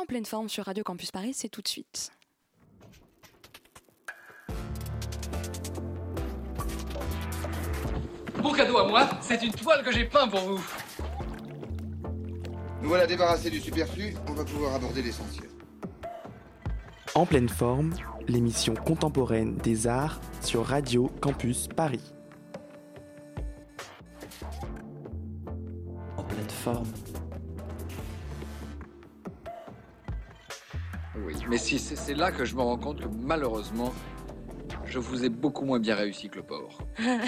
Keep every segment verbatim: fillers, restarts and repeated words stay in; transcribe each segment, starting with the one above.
En pleine forme sur Radio Campus Paris, c'est tout de suite. Bon cadeau à moi, c'est une toile que j'ai peint pour vous. Nous voilà débarrassés du superflu, on va pouvoir aborder l'essentiel. En pleine forme, l'émission contemporaine des arts sur Radio Campus Paris. En pleine forme. Oui, mais si c'est, c'est là que je me rends compte que malheureusement, je vous ai beaucoup moins bien réussi que le porc.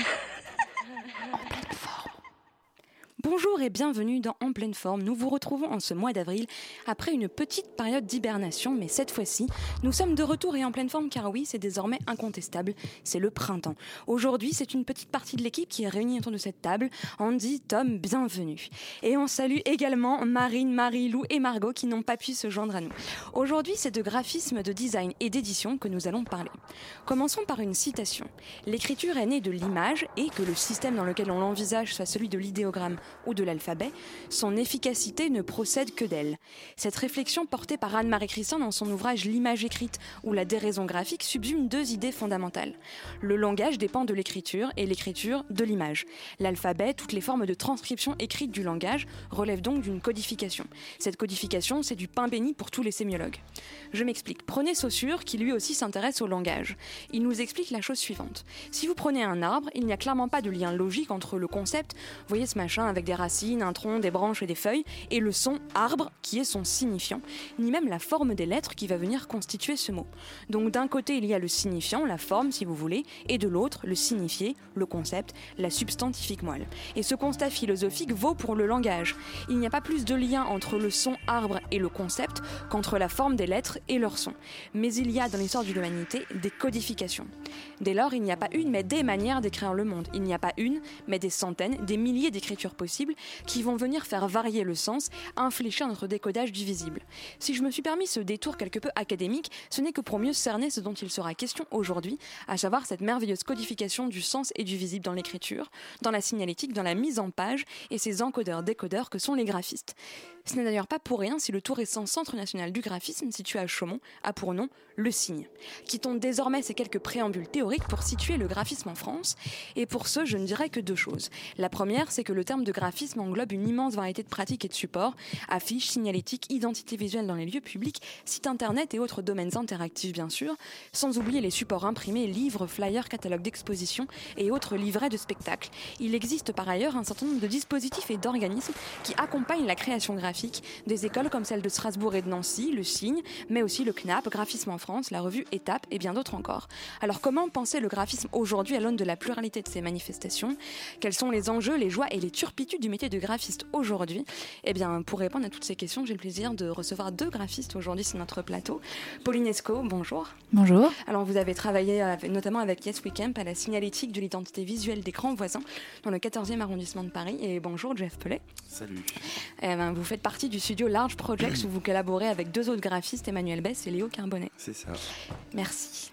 Bonjour et bienvenue dans En pleine forme. Nous vous retrouvons en ce mois d'avril après une petite période d'hibernation, mais cette fois-ci, nous sommes de retour et en pleine forme car oui, c'est désormais incontestable, c'est le printemps. Aujourd'hui, c'est une petite partie de l'équipe qui est réunie autour de cette table. Andy, Tom, bienvenue. Et on salue également Marine, Marie-Lou et Margot qui n'ont pas pu se joindre à nous. Aujourd'hui, c'est de graphisme, de design et d'édition que nous allons parler. Commençons par une citation. L'écriture est née de l'image et que le système dans lequel on l'envisage soit celui de l'idéogramme ou de l'alphabet, son efficacité ne procède que d'elle. Cette réflexion portée par Anne-Marie Christin dans son ouvrage L'image écrite ou la déraison graphique subsume deux idées fondamentales. Le langage dépend de l'écriture et l'écriture de l'image. L'alphabet, toutes les formes de transcription écrite du langage, relèvent donc d'une codification. Cette codification, c'est du pain béni pour tous les sémiologues. Je m'explique. Prenez Saussure, qui lui aussi s'intéresse au langage. Il nous explique la chose suivante. Si vous prenez un arbre, il n'y a clairement pas de lien logique entre le concept, vous voyez ce machin avec des racines, un tronc, des branches et des feuilles, et le son arbre, qui est son signifiant, ni même la forme des lettres qui va venir constituer ce mot. Donc d'un côté, il y a le signifiant, la forme si vous voulez, et de l'autre, le signifié, le concept, la substantifique moelle. Et ce constat philosophique vaut pour le langage. Il n'y a pas plus de lien entre le son arbre et le concept qu'entre la forme des lettres et leur son. Mais il y a dans l'histoire de l'humanité des codifications. Dès lors, il n'y a pas une, mais des manières d'écrire le monde. Il n'y a pas une, mais des centaines, des milliers d'écritures possibles qui vont venir faire varier le sens, infléchir notre décodage du visible. Si je me suis permis ce détour quelque peu académique, ce n'est que pour mieux cerner ce dont il sera question aujourd'hui, à savoir cette merveilleuse codification du sens et du visible dans l'écriture, dans la signalétique, dans la mise en page et ces encodeurs-décodeurs que sont les graphistes. Ce n'est d'ailleurs pas pour rien si le tout récent Centre national du graphisme, situé à Chaumont, a pour nom Le Signe. Quittons désormais ces quelques préambules théoriques pour situer le graphisme en France. Et pour ce, je ne dirais que deux choses. La première, c'est que le terme de graphisme englobe une immense variété de pratiques et de supports, affiches, signalétiques, identité visuelle dans les lieux publics, sites internet et autres domaines interactifs bien sûr, sans oublier les supports imprimés, livres, flyers, catalogues d'exposition et autres livrets de spectacles. Il existe par ailleurs un certain nombre de dispositifs et d'organismes qui accompagnent la création graphique des écoles comme celle de Strasbourg et de Nancy, le Signe, mais aussi le C N A P, Graphisme en France, la revue Étape et bien d'autres encore. Alors comment penser le graphisme aujourd'hui à l'aune de la pluralité de ces manifestations ? Quels sont les enjeux, les joies et les turpitudes du métier de graphiste aujourd'hui ? Eh bien, pour répondre à toutes ces questions, j'ai le plaisir de recevoir deux graphistes aujourd'hui sur notre plateau. Pauline Escaut, bonjour. Bonjour. Alors vous avez travaillé avec, notamment avec Yes We Camp à la signalétique de l'identité visuelle des grands voisins dans le quatorzième arrondissement de Paris. Et bonjour Jeff Pellet. Salut. Eh ben, vous faites partie du studio Large Projects où vous collaborez avec deux autres graphistes, Emmanuel Bess et Léo Carbonnet. C'est ça. Merci.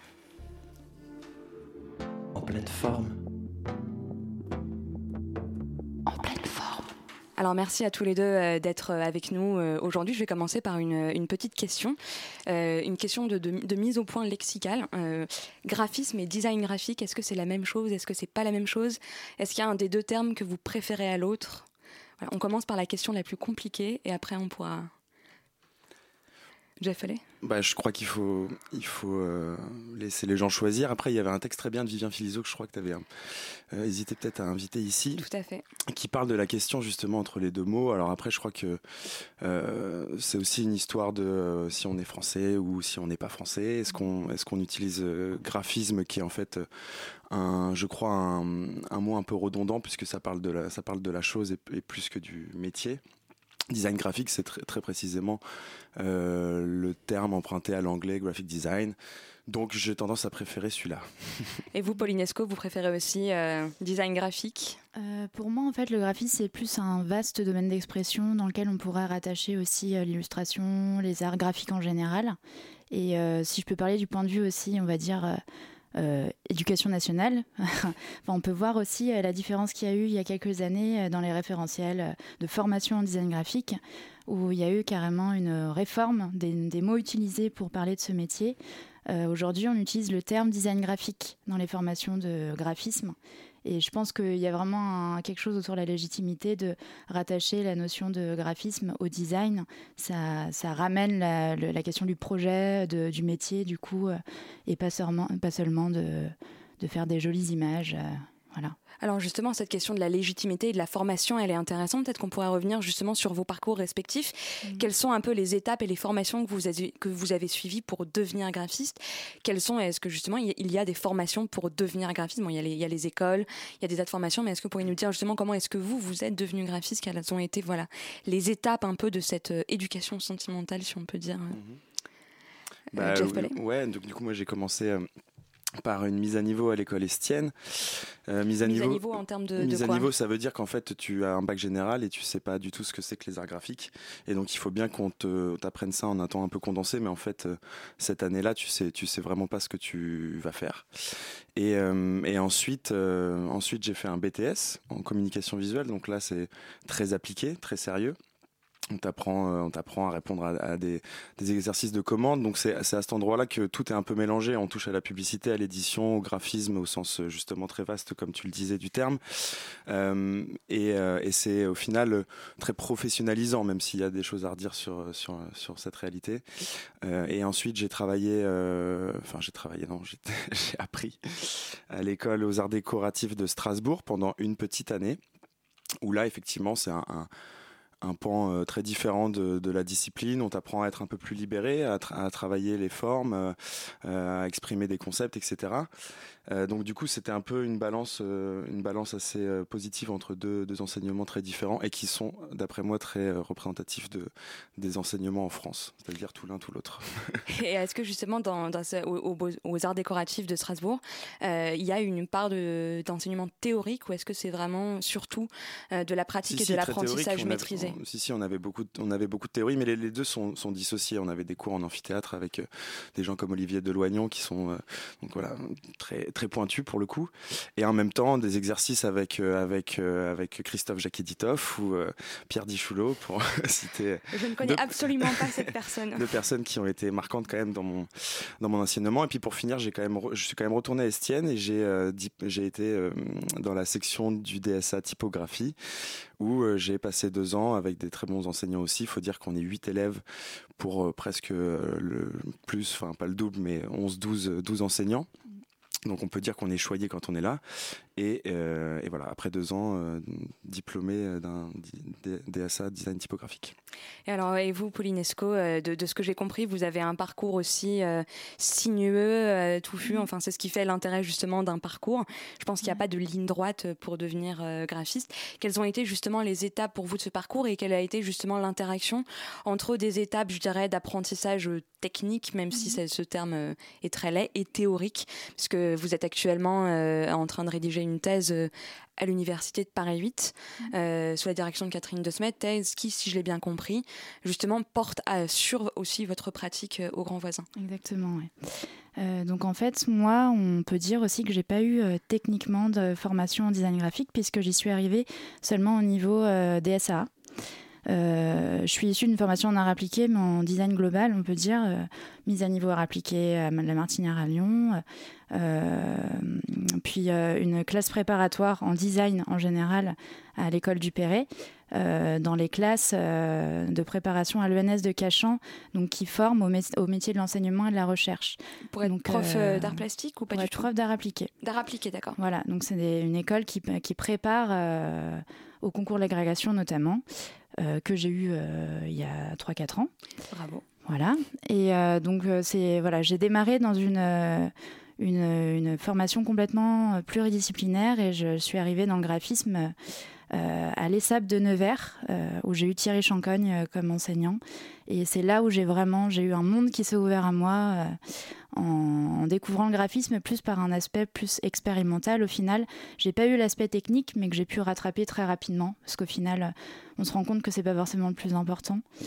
En pleine forme. En pleine forme. Alors merci à tous les deux euh, d'être avec nous euh, aujourd'hui. Je vais commencer par une, une petite question, euh, une question de, de, de mise au point lexicale. Euh, graphisme et design graphique, est-ce que c'est la même chose ? Est-ce que c'est pas la même chose ? Est-ce qu'il y a un des deux termes que vous préférez à l'autre ? Voilà, on commence par la question la plus compliquée et après on pourra... Jeff Pellet ? Bah, je crois qu'il faut, il faut euh, laisser les gens choisir. Après, il y avait un texte très bien de Vivien Philizot que je crois que tu avais euh, hésité peut-être à inviter ici. Tout à fait. Qui parle de la question justement entre les deux mots. Alors après, je crois que euh, c'est aussi une histoire de euh, si on est français ou si on n'est pas français. Est-ce qu'on, est-ce qu'on utilise euh, graphisme qui est en fait un, je crois un, un mot un peu redondant puisque ça parle de la, ça parle de la chose et, et plus que du métier. Design graphique, c'est très, très précisément euh, le terme emprunté à l'anglais graphic design. Donc j'ai tendance à préférer celui-là. Et vous, Pauline Escaut, vous préférez aussi euh, design graphique ? euh, Pour moi, en fait, le graphisme, c'est plus un vaste domaine d'expression dans lequel on pourrait rattacher aussi euh, l'illustration, les arts graphiques en général. Et euh, si je peux parler du point de vue aussi, on va dire... Euh, euh, éducation nationale. Enfin, on peut voir aussi euh, la différence qu'il y a eu il y a quelques années euh, dans les référentiels euh, de formation en design graphique, où il y a eu carrément une réforme des, des mots utilisés pour parler de ce métier. Euh, aujourd'hui, on utilise le terme design graphique dans les formations de graphisme. Et je pense qu'il y a vraiment un, quelque chose autour de la légitimité de rattacher la notion de graphisme au design. Ça, ça ramène la, le, la question du projet, de, du métier, du coup, euh, et pas seulement, pas seulement de, de faire des jolies images. Euh, voilà. Alors justement, cette question de la légitimité et de la formation, elle est intéressante. Peut-être qu'on pourrait revenir justement sur vos parcours respectifs. Mmh. Quelles sont un peu les étapes et les formations que vous avez, que vous avez suivies pour devenir graphiste ? Quelles sont, est-ce que justement, il y a des formations pour devenir graphiste ? Bon, il y a les, il y a les écoles, il y a des tas de formations, mais est-ce que vous pourriez nous dire justement comment est-ce que vous, vous êtes devenu graphiste ? Quelles ont été, voilà, les étapes un peu de cette euh, éducation sentimentale, si on peut dire. Mmh. Bah, euh, Jeff Pellet ? Ouais, donc du coup, moi, j'ai commencé... Euh... par une mise à niveau à l'école Estienne. Euh, mise à mise niveau, à niveau en termes de, mise de à quoi ? niveau, ça veut dire qu'en fait, tu as un bac général et tu sais pas du tout ce que c'est que les arts graphiques. Et donc, il faut bien qu'on te, t'apprenne ça en un temps un peu condensé. Mais en fait, euh, cette année-là, tu sais, tu sais vraiment pas ce que tu vas faire. Et, euh, et ensuite, euh, ensuite, j'ai fait un B T S en communication visuelle. Donc là, c'est très appliqué, très sérieux. On t'apprend, euh, on t'apprend à répondre à, à des, des exercices de commande. Donc c'est, c'est à cet endroit-là que tout est un peu mélangé. On touche à la publicité, à l'édition, au graphisme, au sens justement très vaste, comme tu le disais, du terme. Euh, et, euh, et c'est au final très professionnalisant, même s'il y a des choses à redire sur sur sur cette réalité. Euh, et ensuite j'ai travaillé, euh, enfin j'ai travaillé, non, j'ai, j'ai appris à l'école aux arts décoratifs de Strasbourg pendant une petite année. Où là effectivement c'est un, un un pan euh, très différent de, de la discipline. On t'apprend à être un peu plus libéré, à, tra- à travailler les formes, euh, à exprimer des concepts, et cetera. Euh, donc du coup, c'était un peu une balance, euh, une balance assez euh, positive entre deux, deux enseignements très différents et qui sont, d'après moi, très euh, représentatifs de, des enseignements en France, c'est-à-dire tout l'un, tout l'autre. Et est-ce que justement, dans, dans ce, aux, aux arts décoratifs de Strasbourg, euh, il y a une part de, d'enseignement théorique ou est-ce que c'est vraiment surtout euh, de la pratique si, et si, de l'apprentissage théorique, maîtrisé ? on, Si, si, on avait beaucoup de, on avait beaucoup de théorie, mais les, les deux sont, sont dissociés. On avait des cours en amphithéâtre avec euh, des gens comme Olivier Deloignon qui sont euh, donc voilà, très, très pointus pour le coup. Et en même temps, des exercices avec, euh, avec, euh, avec Christophe Jacquet-Dithoff ou euh, Pierre Dichoulot, pour citer. Je ne connais deux, absolument pas cette personne. Deux personnes qui ont été marquantes quand même dans mon, dans mon enseignement. Et puis pour finir, j'ai quand même, je suis quand même retourné à Estienne et j'ai, euh, dip, j'ai été euh, dans la section du D S A typographie où euh, j'ai passé deux ans avec des très bons enseignants aussi. Il faut dire qu'on est huit élèves pour euh, presque euh, le plus, enfin pas le double, mais onze douze, douze enseignants. Donc on peut dire qu'on est choyé quand on est là. Et, euh, et voilà, après deux ans, euh, diplômé d'un D S A design typographique. Et alors, et vous, Pauline Escaut, euh, de, de ce que j'ai compris, vous avez un parcours aussi euh, sinueux, euh, touffu. Enfin, c'est ce qui fait l'intérêt justement d'un parcours. Je pense qu'il n'y a pas de ligne droite pour devenir euh, graphiste. Quelles ont été justement les étapes pour vous de ce parcours et quelle a été justement l'interaction entre des étapes, je dirais, d'apprentissage technique, même si c'est, ce terme est très laid, et théorique, parce que vous êtes actuellement euh, en train de rédiger une thèse euh, à l'université de Paris huit, euh, sous la direction de Catherine De Smet, thèse qui, si je l'ai bien compris, justement porte à, sur aussi votre pratique euh, aux grands voisins. Exactement, oui. Euh, donc en fait, moi, on peut dire aussi que j'ai pas eu euh, techniquement de formation en design graphique puisque j'y suis arrivée seulement au niveau euh, D S A. Euh, je suis issue d'une formation en art appliqué, mais en design global, on peut dire, euh, mise à niveau art appliqué à la Martinière à Lyon, euh, puis euh, une classe préparatoire en design en général à l'école du Perret, euh, dans les classes euh, de préparation à l'E N S de Cachan, donc qui forment au, mé- au métier de l'enseignement et de la recherche. Pour être donc, prof euh, d'art plastique ou pas pour du être tout ? prof d'art appliqué. D'art appliqué, d'accord. Voilà, donc c'est des, une école qui, qui prépare euh, au concours de l'agrégation notamment, euh, que j'ai eu euh, il y a trois quatre ans. Bravo. Voilà, et euh, donc euh, c'est, voilà, j'ai démarré dans une, euh, une, une formation complètement pluridisciplinaire et je suis arrivée dans le graphisme euh, à l'E S A P de Nevers, euh, où j'ai eu Thierry Chancogne euh, comme enseignant. Et c'est là où j'ai vraiment, j'ai eu un monde qui s'est ouvert à moi euh, en, en découvrant le graphisme plus par un aspect plus expérimental. Au final, j'ai pas eu l'aspect technique, mais que j'ai pu rattraper très rapidement, parce qu'au final, on se rend compte que c'est pas forcément le plus important.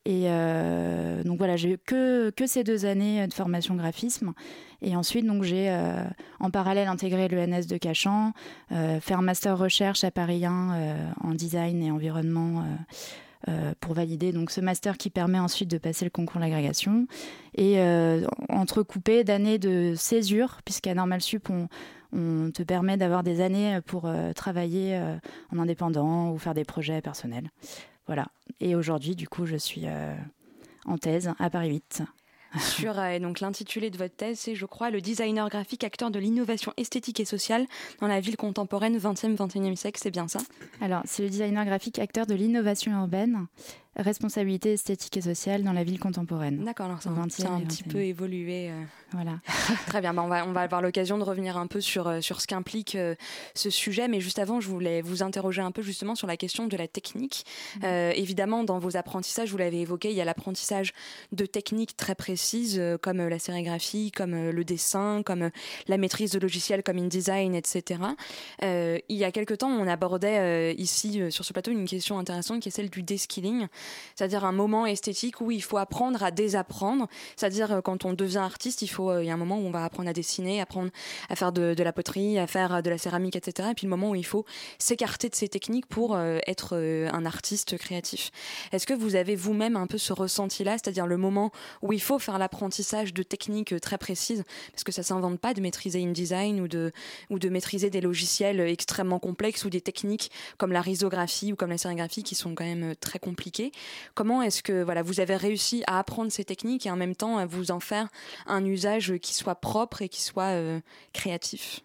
Et euh, donc voilà, j'ai eu que, que ces deux années de formation graphisme. Et ensuite, donc, j'ai euh, en parallèle intégré l'E N S de Cachan, euh, fait un master recherche à Paris un euh, en design et environnement euh, euh, pour valider donc, ce master qui permet ensuite de passer le concours d'agrégation. Et euh, entrecoupé d'années de césure, puisqu'à Normal Sup, on, on te permet d'avoir des années pour euh, travailler euh, en indépendant ou faire des projets personnels. Voilà. Et aujourd'hui, du coup, je suis euh, en thèse à Paris huit. Sur euh, donc l'intitulé de votre thèse, c'est, je crois, le designer graphique, acteur de l'innovation esthétique et sociale dans la ville contemporaine vingtième vingt et unième siècle, c'est bien ça? Alors, c'est le designer graphique, acteur de l'innovation urbaine, responsabilité esthétique et sociale dans la ville contemporaine. D'accord, alors ça, ça a un petit peu évolué. Euh... Voilà. Très bien, bah on, va, on va avoir l'occasion de revenir un peu sur, sur ce qu'implique euh, ce sujet, mais juste avant, je voulais vous interroger un peu justement sur la question de la technique. Mmh. Euh, évidemment, dans vos apprentissages, vous l'avez évoqué, il y a l'apprentissage de techniques très précises, euh, comme euh, la sérigraphie, comme euh, le dessin, comme euh, la maîtrise de logiciels comme InDesign, et cetera. Euh, il y a quelque temps, on abordait euh, ici, euh, sur ce plateau, une question intéressante qui est celle du deskilling, c'est-à-dire un moment esthétique où il faut apprendre à désapprendre, c'est-à-dire euh, quand on devient artiste, il faut il y a un moment où on va apprendre à dessiner, apprendre à faire de, de la poterie, à faire de la céramique, et cetera. Et puis le moment où il faut s'écarter de ces techniques pour euh, être euh, un artiste créatif. Est-ce que vous avez vous-même un peu ce ressenti-là, c'est-à-dire le moment où il faut faire l'apprentissage de techniques très précises, parce que ça ne s'invente pas de maîtriser InDesign ou de, ou de maîtriser des logiciels extrêmement complexes ou des techniques comme la risographie ou comme la sérigraphie qui sont quand même très compliquées. Comment est-ce que voilà, vous avez réussi à apprendre ces techniques et en même temps à vous en faire un usage qui soit propre et qui soit euh, créatif?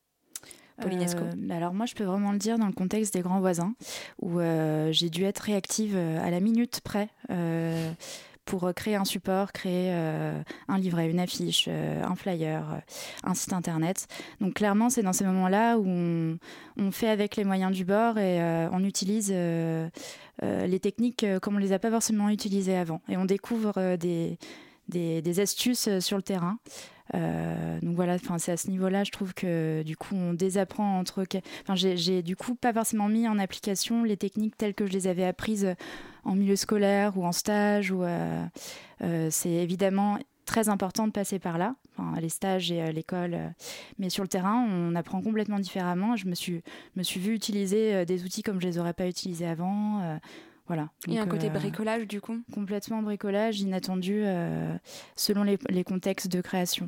Pauline Escaut. Euh, alors moi, je peux vraiment le dire dans le contexte des grands voisins, où euh, j'ai dû être réactive à la minute près euh, pour créer un support, créer euh, un livret, une affiche, euh, un flyer, euh, un site internet. Donc clairement, c'est dans ces moments-là où on, on fait avec les moyens du bord et euh, on utilise euh, euh, les techniques comme on ne les a pas forcément utilisées avant. Et on découvre euh, des... Des, des astuces sur le terrain. Euh, donc voilà, c'est à ce niveau-là, je trouve que du coup, on désapprend entre... Enfin, j'ai, j'ai du coup pas forcément mis en application les techniques telles que je les avais apprises en milieu scolaire ou en stage. Ou, euh, euh, c'est évidemment très important de passer par là, enfin, les stages et euh, l'école. Euh, mais sur le terrain, on apprend complètement différemment. Je me suis, me suis vue utiliser euh, des outils comme je les aurais pas utilisés avant. Euh, Voilà. Donc, il y a un côté euh, bricolage du coup? Complètement bricolage, inattendu euh, selon les, les contextes de création.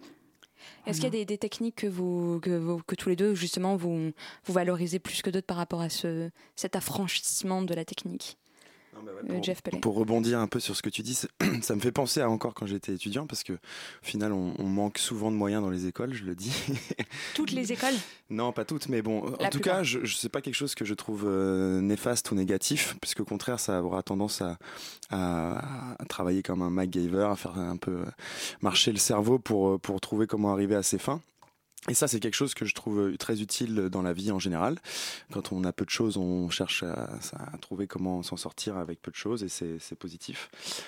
Est-ce voilà. qu'il y a des, des techniques que, vous, que, vous, que tous les deux, justement, vous, vous valorisez plus que d'autres par rapport à ce, cet affranchissement de la technique? Non, bah ouais, pour, Jeff Pellet. Pour rebondir un peu sur ce que tu dis, ça me fait penser à encore quand j'étais étudiant, parce qu'au final, on, on manque souvent de moyens dans les écoles, je le dis. Toutes les écoles? Non, pas toutes, mais bon, La en tout cas, je, je, c'est pas quelque chose que je trouve euh, néfaste ou négatif, puisqu'au contraire, ça aura tendance à, à, à travailler comme un MacGyver, à faire un peu marcher le cerveau pour, pour trouver comment arriver à ses fins. Et ça, c'est quelque chose que je trouve très utile dans la vie en général. Quand on a peu de choses, on cherche à, à trouver comment s'en sortir avec peu de choses, et c'est, c'est positif.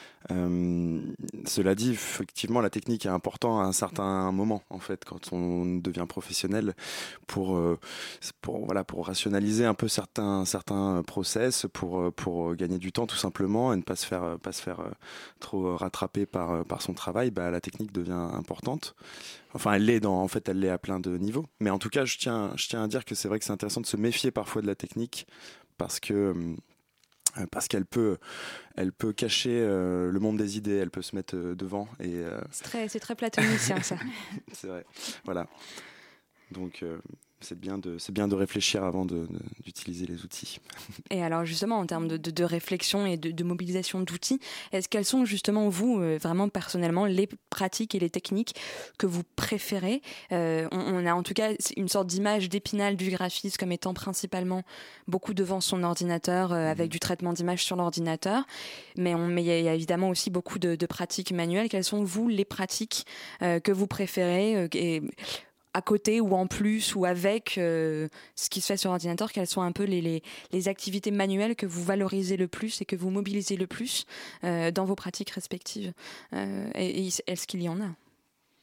Euh, cela dit, effectivement, la technique est importante à un certain moment, en fait, quand on devient professionnel, pour, euh, pour, voilà, pour rationaliser un peu certains, certains process, pour, pour gagner du temps, tout simplement, et ne pas se faire, pas se faire trop rattraper par, par son travail. Bah, la technique devient importante. Enfin, elle l'est dans, en fait, elle l'est à plein de niveaux. Mais en tout cas, je tiens, je tiens à dire que c'est vrai que c'est intéressant de se méfier parfois de la technique, parce que parce qu'elle peut, elle peut cacher euh, le monde des idées, elle peut se mettre euh, devant. Et, euh... c'est, très, c'est très platonicien, ça. C'est vrai, voilà. Donc, euh, c'est bien de, c'est bien de réfléchir avant de, de, d'utiliser les outils. Et alors, justement, en termes de, de, de réflexion et de, de mobilisation d'outils, est-ce quelles sont justement, vous, euh, vraiment personnellement, les pratiques et les techniques que vous préférez? euh, on, on a en tout cas une sorte d'image d'Épinal du graphisme comme étant principalement beaucoup devant son ordinateur, euh, avec mmh. du traitement d'image sur l'ordinateur. Mais il mais y, y a évidemment aussi beaucoup de, de pratiques manuelles. Quelles sont, vous, les pratiques euh, que vous préférez euh, et, à côté ou en plus ou avec euh, ce qui se fait sur ordinateur, quelles sont un peu les, les, les activités manuelles que vous valorisez le plus et que vous mobilisez le plus euh, dans vos pratiques respectives, euh, et, et est-ce qu'il y en a?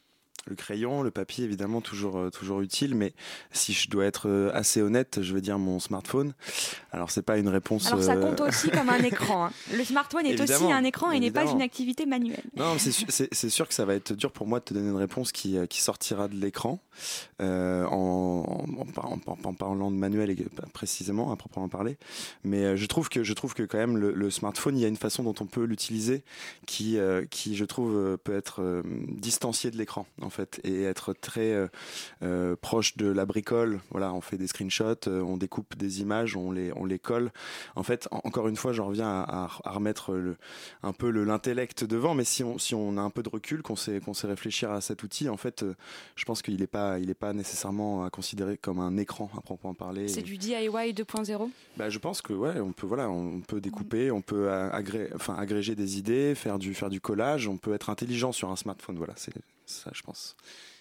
Le crayon, le papier, évidemment, toujours, euh, toujours utile, mais si je dois être euh, assez honnête, je vais dire mon smartphone. Alors, c'est pas une réponse... Alors, ça compte aussi comme un écran. Hein. Le smartphone est aussi un écran et n'est pas une activité manuelle. Non, c'est, c'est, c'est sûr que ça va être dur pour moi de te donner une réponse qui, qui sortira de l'écran, euh, en, en, en, en, en parlant de manuel précisément, à proprement parler. Mais euh, je trouve que, je trouve que quand même, le, le smartphone, il y a une façon dont on peut l'utiliser qui, euh, qui je trouve, peut être euh, distanciée de l'écran, en fait, et être très euh, euh, proche de la bricole. Voilà, on fait des screenshots, euh, on découpe des images, on les on les colle. En fait, en, encore une fois, j'en reviens à, à, à remettre le, un peu le, l'intellect devant. Mais si on si on a un peu de recul, qu'on sait qu'on sait réfléchir à cet outil, en fait, euh, je pense qu'il est pas il est pas nécessairement à considérer comme un écran à proprement parler. C'est du D I Y deux point zéro. Bah, je pense que ouais, on peut voilà, on peut découper, on peut agré, enfin agréger des idées, faire du faire du collage, on peut être intelligent sur un smartphone. Voilà, c'est ça, je pense.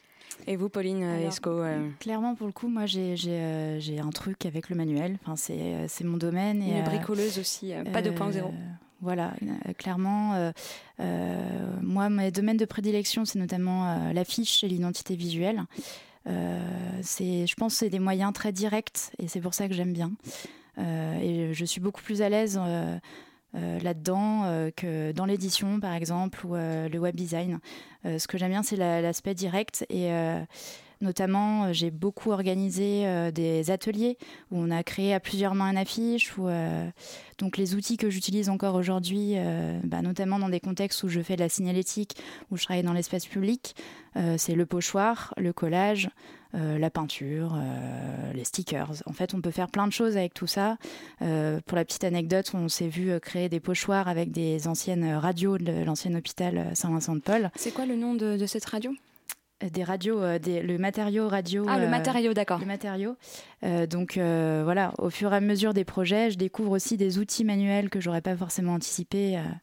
Et vous, Pauline Escaut euh... Clairement, pour le coup, moi, j'ai, j'ai, euh, j'ai un truc avec le manuel. Enfin, c'est, c'est mon domaine. Une et, bricoleuse euh, aussi, euh, pas euh, deux point zéro. Voilà, euh, clairement. Euh, euh, moi, mes domaines de prédilection, c'est notamment euh, l'affiche et l'identité visuelle. Euh, c'est, je pense que c'est des moyens très directs et c'est pour ça que j'aime bien. Euh, et je suis beaucoup plus à l'aise euh, Euh, là-dedans euh, que dans l'édition par exemple ou euh, le web design. Euh, ce que j'aime bien c'est la, l'aspect direct et euh, notamment euh, j'ai beaucoup organisé euh, des ateliers où on a créé à plusieurs mains une affiche où, euh, donc les outils que j'utilise encore aujourd'hui euh, bah, notamment dans des contextes où je fais de la signalétique, où je travaille dans l'espace public, euh, c'est le pochoir, le collage, Euh, la peinture, euh, les stickers. En fait, on peut faire plein de choses avec tout ça. Euh, pour la petite anecdote, on s'est vu créer des pochoirs avec des anciennes radios de l'ancien hôpital Saint-Vincent-de-Paul. C'est quoi le nom de, de cette radio ? Des radios, euh, des, le matériau radio. Ah, le matériau, d'accord. Le matériau. Euh, donc euh, voilà, au fur et à mesure des projets, je découvre aussi des outils manuels que j'aurais pas forcément anticipés. Euh,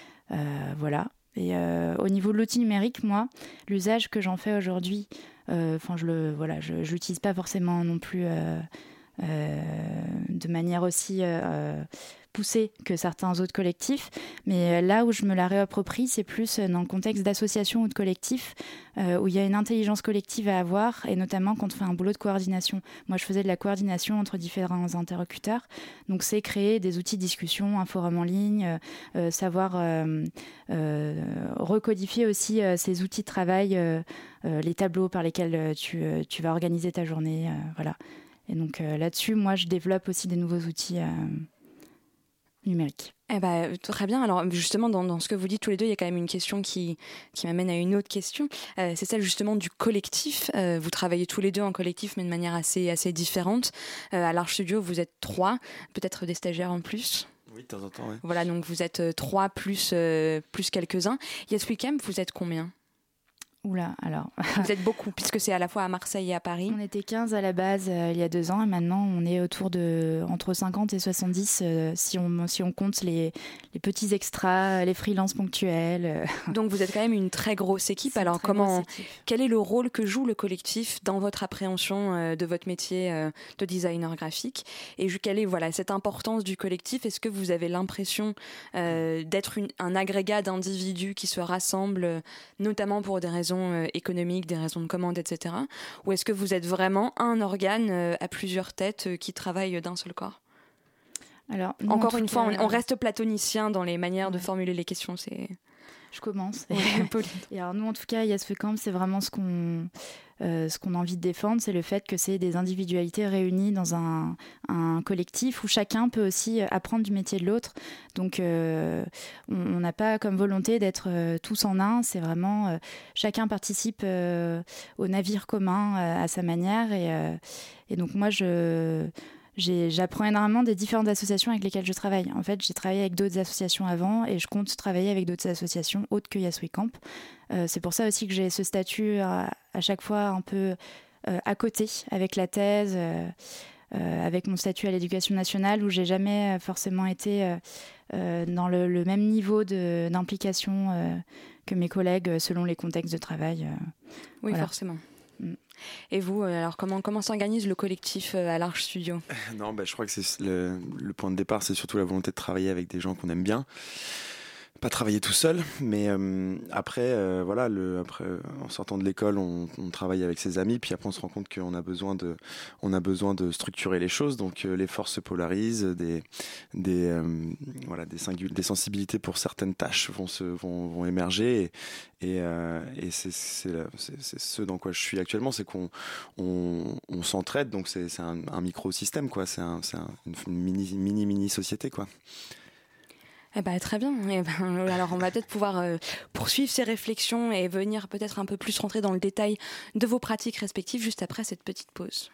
euh, voilà. Et euh, au niveau de l'outil numérique, moi, l'usage que j'en fais aujourd'hui, enfin, euh, je le, voilà, je, je l'utilise pas forcément non plus euh, euh, de manière aussi euh, poussée que certains autres collectifs, mais là où je me la réapproprie, c'est plus dans le contexte d'association ou de collectif, euh, où il y a une intelligence collective à avoir, et notamment quand on fait un boulot de coordination. Moi, je faisais de la coordination entre différents interlocuteurs, donc c'est créer des outils de discussion, un forum en ligne, euh, savoir euh, euh, recodifier aussi euh, ces outils de travail, euh, euh, les tableaux par lesquels tu, euh, tu vas organiser ta journée, euh, voilà. Et donc euh, là-dessus, moi, je développe aussi des nouveaux outils euh, numérique. Eh ben, très bien. Alors justement, dans, dans ce que vous dites tous les deux, il y a quand même une question qui, qui m'amène à une autre question. Euh, c'est celle justement du collectif. Euh, vous travaillez tous les deux en collectif, mais de manière assez, assez différente. Euh, à l'Arche Studio, vous êtes trois, peut-être des stagiaires en plus. Oui, de temps en temps, oui. Voilà, donc vous êtes trois plus, euh, plus quelques-uns. Yes Weekend, vous êtes combien ? Oula, alors... Vous êtes beaucoup, puisque c'est à la fois à Marseille et à Paris. On était quinze à la base euh, il y a deux ans, et maintenant on est autour de entre cinquante et soixante-dix euh, si, on, si on compte les, les petits extras, les freelances ponctuels. Euh. Donc vous êtes quand même une très grosse équipe. C'est alors très comment, équipe. Quel est le rôle que joue le collectif dans votre appréhension euh, de votre métier euh, de designer graphique ? Et quelle est voilà, cette importance du collectif ? Est-ce que vous avez l'impression euh, d'être une, un agrégat d'individus qui se rassemblent, euh, notamment pour des raisons Euh, économiques, des raisons de commande, et cetera. Ou est-ce que vous êtes vraiment un organe euh, à plusieurs têtes euh, qui travaille d'un seul corps ? Alors, nous, Encore en une tout fois, cas, on, on reste platonicien dans les manières ouais. de formuler les questions. C'est... Je commence. Ouais, et alors nous, en tout cas, Yes Weekend, c'est vraiment ce qu'on, euh, ce qu'on a envie de défendre, c'est le fait que c'est des individualités réunies dans un, un collectif où chacun peut aussi apprendre du métier de l'autre. Donc, euh, on n'a pas comme volonté d'être euh, tous en un. C'est vraiment euh, chacun participe euh, au navire commun euh, à sa manière. Et, euh, et donc moi, je J'ai, j'apprends énormément des différentes associations avec lesquelles je travaille. En fait, j'ai travaillé avec d'autres associations avant et je compte travailler avec d'autres associations autres que Yes Weekend. Euh, c'est pour ça aussi que j'ai ce statut à, à chaque fois un peu euh, à côté avec la thèse, euh, euh, avec mon statut à l'éducation nationale où j'ai jamais forcément été euh, euh, dans le, le même niveau de, d'implication euh, que mes collègues selon les contextes de travail. Euh, oui, voilà. Forcément. Et vous, alors comment, comment s'organise le collectif à l'Arche Studio ? Non, bah, je crois que c'est le, le point de départ, c'est surtout la volonté de travailler avec des gens qu'on aime bien. pas travailler tout seul, mais euh, après, euh, voilà, le, après, en sortant de l'école, on, on travaille avec ses amis, puis après on se rend compte qu'on a besoin de, on a besoin de structurer les choses, donc euh, les forces se polarisent, des, des, euh, voilà, des, singul- des sensibilités pour certaines tâches vont se, vont, vont émerger, et, et, euh, et c'est, c'est, c'est, c'est ce dans quoi je suis actuellement, c'est qu'on, on, on s'entraide, donc c'est, c'est un, un micro-système, quoi, c'est, un, c'est un, une mini, mini, mini société, quoi. Eh ben, très bien. Eh ben, alors, on va peut-être pouvoir euh, poursuivre ces réflexions et venir peut-être un peu plus rentrer dans le détail de vos pratiques respectives juste après cette petite pause.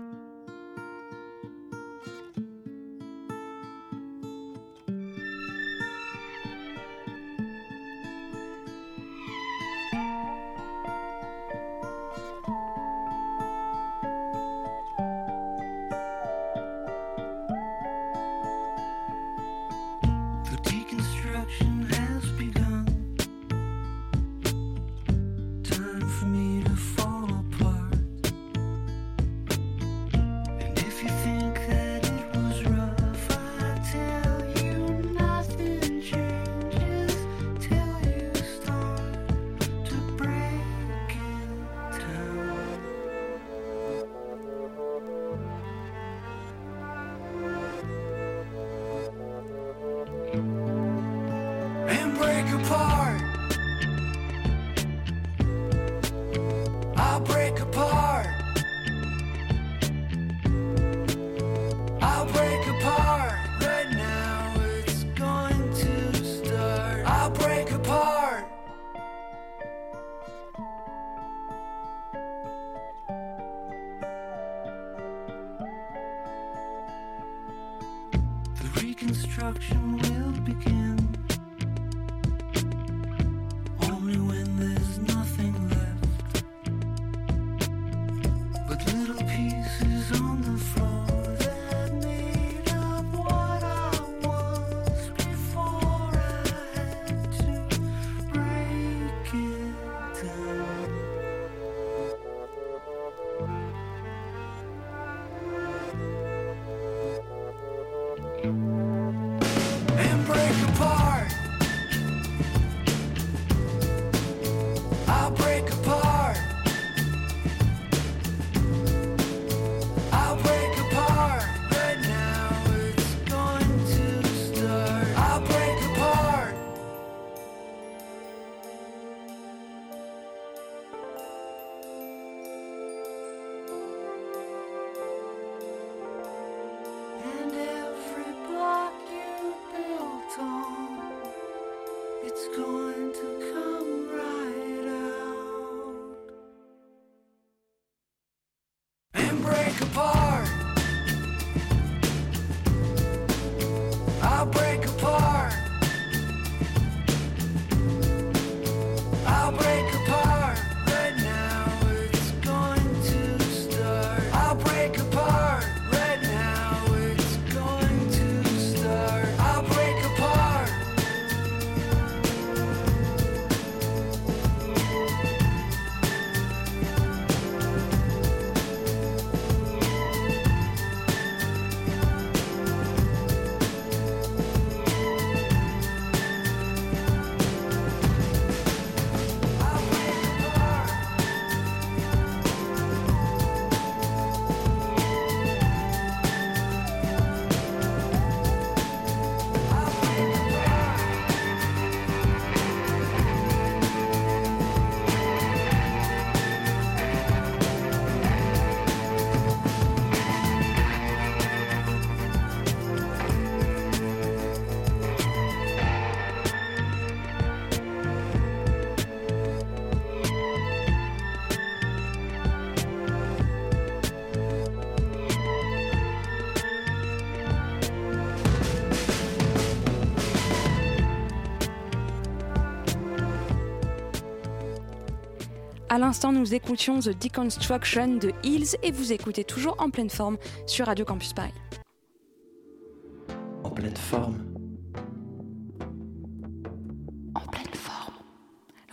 Reconstruction will begin only when there's nothing left but little pieces on the floor that made up what I was before I had to break it down. And break apart. I'll break apart. I'll break apart. Right now it's going to start. I'll break apart. And every block you built on, it's going to come right out and break apart. I'll break apart. I'll break apart. Right now it's going to start. I'll break apart. Right now it's going to start. I'll break apart. I'll break apart. I'll break apart. À l'instant, nous écoutions The Deconstruction de Hills et vous écoutez toujours En Pleine Forme sur Radio Campus Paris. En pleine forme. En pleine forme.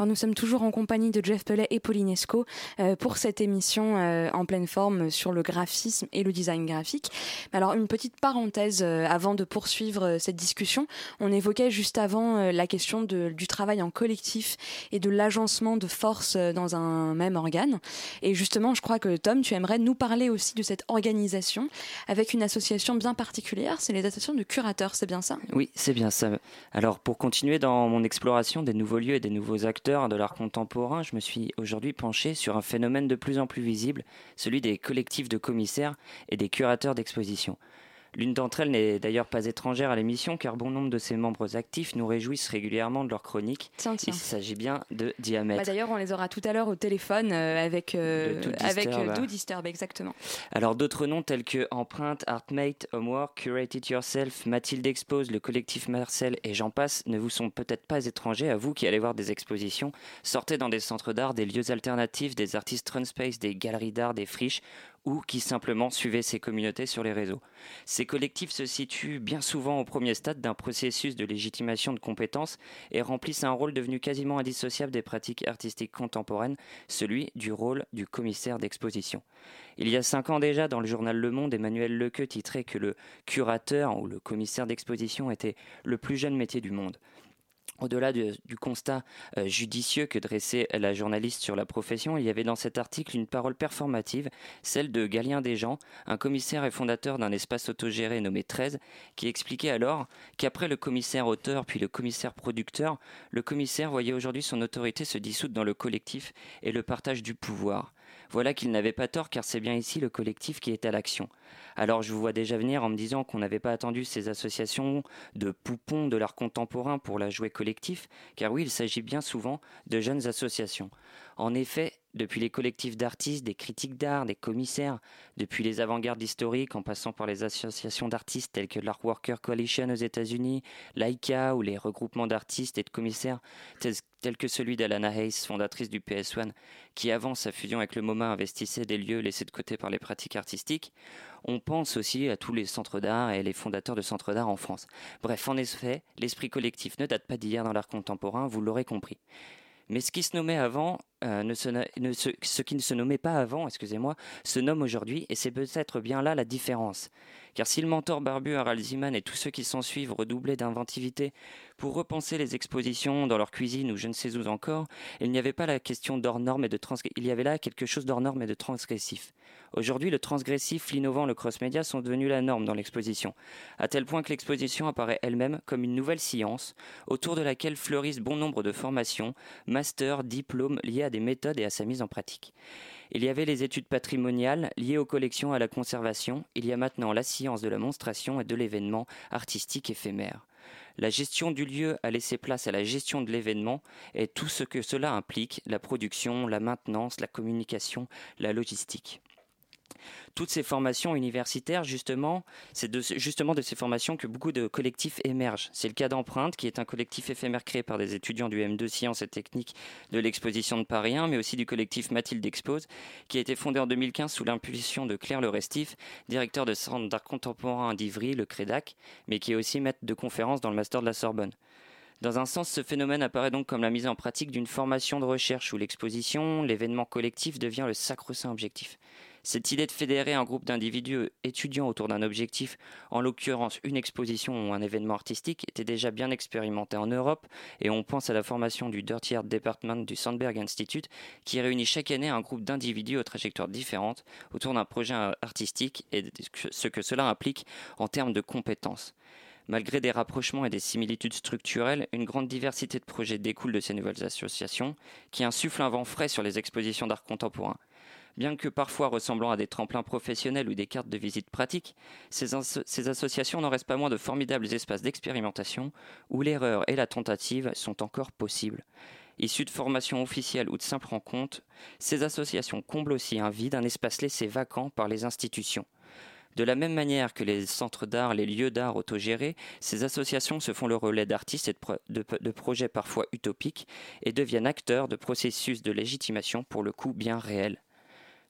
Alors nous sommes toujours en compagnie de Jeff Pellet et Pauline Esco euh, pour cette émission euh, en pleine forme sur le graphisme et le design graphique. Alors une petite parenthèse euh, avant de poursuivre euh, cette discussion. On évoquait juste avant euh, la question de, du travail en collectif et de l'agencement de force euh, dans un même organe. Et justement, je crois que Tom, tu aimerais nous parler aussi de cette organisation avec une association bien particulière, c'est les associations de curateurs, c'est bien ça ? Oui, c'est bien ça. Alors pour continuer dans mon exploration des nouveaux lieux et des nouveaux acteurs de l'art contemporain, je me suis aujourd'hui penché sur un phénomène de plus en plus visible, celui des collectifs de commissaires et des curateurs d'exposition. L'une d'entre elles n'est d'ailleurs pas étrangère à l'émission, car bon nombre de ses membres actifs nous réjouissent régulièrement de leurs chroniques. Tiens, tiens. Il s'agit bien de Diamètre. Bah d'ailleurs, on les aura tout à l'heure au téléphone euh, avec euh, Do avec Disturb. euh, Do Disturb, exactement. Alors d'autres noms tels que Empreinte, Artmate, Homework, Curate It Yourself, Mathilde Expose, le collectif Marcel et j'en passe ne vous sont peut-être pas étrangers à vous qui allez voir des expositions, sortez dans des centres d'art, des lieux alternatifs, des artistes Trunspace, des galeries d'art, des friches, ou qui simplement suivaient ces communautés sur les réseaux. Ces collectifs se situent bien souvent au premier stade d'un processus de légitimation de compétences et remplissent un rôle devenu quasiment indissociable des pratiques artistiques contemporaines, celui du rôle du commissaire d'exposition. Il y a cinq ans déjà, dans le journal Le Monde, Emmanuel Lequeux titrait que le curateur ou le commissaire d'exposition était le plus jeune métier du monde. Au-delà de, du constat euh, judicieux que dressait la journaliste sur la profession, il y avait dans cet article une parole performative, celle de Galien Desjean, un commissaire et fondateur d'un espace autogéré nommé treize, qui expliquait alors qu'après le commissaire auteur puis le commissaire producteur, le commissaire voyait aujourd'hui son autorité se dissoudre dans le collectif et le partage du pouvoir. Voilà qu'il n'avait pas tort, car c'est bien ici le collectif qui est à l'action. Alors je vous vois déjà venir en me disant qu'on n'avait pas attendu ces associations de poupons de l'art contemporain pour la jouer collectif, car oui, il s'agit bien souvent de jeunes associations. En effet, depuis les collectifs d'artistes, des critiques d'art, des commissaires, depuis les avant-gardes historiques en passant par les associations d'artistes telles que l'Art Worker Coalition aux États-Unis, l'A I C A ou les regroupements d'artistes et de commissaires tels, tels que celui d'Alana Hayes, fondatrice du P S un, qui avant sa fusion avec le MoMA investissait des lieux laissés de côté par les pratiques artistiques. On pense aussi à tous les centres d'art et les fondateurs de centres d'art en France. Bref, en effet, l'esprit collectif ne date pas d'hier dans l'art contemporain, vous l'aurez compris. Mais ce qui se nommait avant, euh, ne se, ne se, ce qui ne se nommait pas avant, excusez-moi, se nomme aujourd'hui, et c'est peut-être bien là la différence. Car si le mentor barbu Harald Ziman et tous ceux qui s'en suivent redoublaient d'inventivité pour repenser les expositions dans leur cuisine ou je ne sais où encore, il n'y avait pas la question d'hors norme et de trans... il y avait là quelque chose d'hors norme et de transgressif. Aujourd'hui, le transgressif, l'innovant, le cross-média sont devenus la norme dans l'exposition, à tel point que l'exposition apparaît elle-même comme une nouvelle science, autour de laquelle fleurissent bon nombre de formations, masters, diplômes liés à des méthodes et à sa mise en pratique. Il y avait les études patrimoniales liées aux collections et à la conservation. Il y a maintenant la science de la monstration et de l'événement artistique éphémère. La gestion du lieu a laissé place à la gestion de l'événement et tout ce que cela implique, la production, la maintenance, la communication, la logistique. Toutes ces formations universitaires, justement, c'est de, justement de ces formations que beaucoup de collectifs émergent. C'est le cas d'Empreinte, qui est un collectif éphémère créé par des étudiants du M deux Sciences et Techniques de l'exposition de Paris un, mais aussi du collectif Mathilde Expose, qui a été fondé en deux mille quinze sous l'impulsion de Claire Le Restif, directeur de Centre d'art contemporain d'Ivry, le CREDAC, mais qui est aussi maître de conférences dans le Master de la Sorbonne. Dans un sens, ce phénomène apparaît donc comme la mise en pratique d'une formation de recherche où l'exposition, l'événement collectif devient le sacro-saint objectif. Cette idée de fédérer un groupe d'individus étudiants autour d'un objectif, en l'occurrence une exposition ou un événement artistique, était déjà bien expérimentée en Europe, et on pense à la formation du Dirty Art Department du Sandberg Institute, qui réunit chaque année un groupe d'individus aux trajectoires différentes autour d'un projet artistique et ce que cela implique en termes de compétences. Malgré des rapprochements et des similitudes structurelles, une grande diversité de projets découle de ces nouvelles associations, qui insufflent un vent frais sur les expositions d'art contemporain. Bien que parfois ressemblant à des tremplins professionnels ou des cartes de visite pratiques, ces, as- ces associations n'en restent pas moins de formidables espaces d'expérimentation où l'erreur et la tentative sont encore possibles. Issues de formations officielles ou de simples rencontres, ces associations comblent aussi un vide, un espace laissé vacant par les institutions. De la même manière que les centres d'art, les lieux d'art autogérés, ces associations se font le relais d'artistes et de, pro- de, de projets parfois utopiques et deviennent acteurs de processus de légitimation pour le coup bien réels.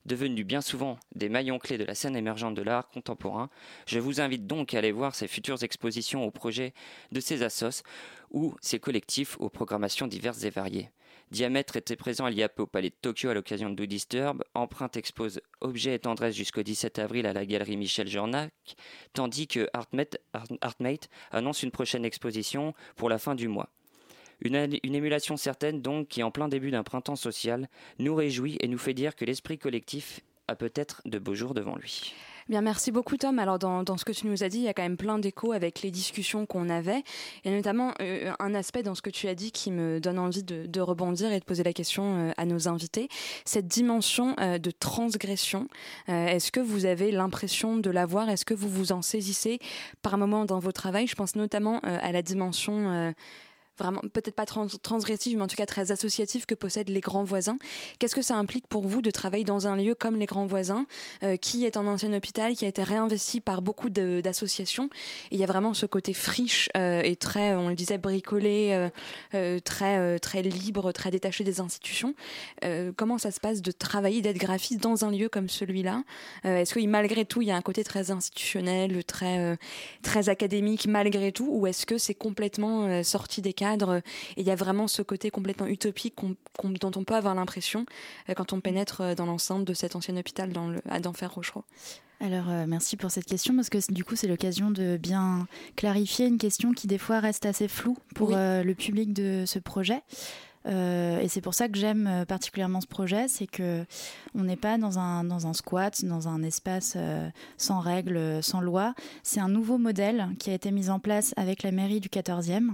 devenus bien souvent des maillons clés de la scène émergente de l'art contemporain. Je vous invite donc à aller voir ces futures expositions au projet de ces assos ou ces collectifs aux programmations diverses et variées. Diamètre était présent il y a peu au Palais de Tokyo à l'occasion de Do Disturb. Empreinte expose Objets et tendresse jusqu'au dix-sept avril à la galerie Michel Jornac, tandis que Artmate, Artmate annonce une prochaine exposition pour la fin du mois. Une, une émulation certaine donc qui, en plein début d'un printemps social, nous réjouit et nous fait dire que l'esprit collectif a peut-être de beaux jours devant lui. Bien, merci beaucoup Tom. Alors dans, dans ce que tu nous as dit, il y a quand même plein d'échos avec les discussions qu'on avait, et notamment euh, un aspect dans ce que tu as dit qui me donne envie de, de rebondir et de poser la question euh, à nos invités, cette dimension euh, de transgression. Euh, est-ce que vous avez l'impression de l'avoir? Est-ce que vous vous en saisissez par moment dans vos travaux? Je pense notamment euh, à la dimension euh, vraiment, peut-être pas trans- transgressive, mais en tout cas très associative que possèdent les Grands Voisins. Qu'est-ce que ça implique pour vous de travailler dans un lieu comme les Grands Voisins, euh, qui est un ancien hôpital, qui a été réinvesti par beaucoup de, d'associations? Et il y a vraiment ce côté friche euh, et très, on le disait, bricolé, euh, euh, très, euh, très libre, très détaché des institutions. Euh, comment ça se passe de travailler, d'être graphiste dans un lieu comme celui-là? euh, Est-ce que malgré tout, il y a un côté très institutionnel, très, euh, très académique malgré tout, ou est-ce que c'est complètement euh, sorti des cadres et il y a vraiment ce côté complètement utopique qu'on, qu'on, dont on peut avoir l'impression euh, quand on pénètre dans l'enceinte de cet ancien hôpital dans le, à Denfert-Rochereau? Alors euh, merci pour cette question, parce que du coup c'est l'occasion de bien clarifier une question qui des fois reste assez floue pour oui. euh, le public de ce projet. Euh, et c'est pour ça que j'aime particulièrement ce projet, c'est que on n'est pas dans un, dans un squat, dans un espace euh, sans règles, sans loi. C'est un nouveau modèle qui a été mis en place avec la mairie du quatorzième.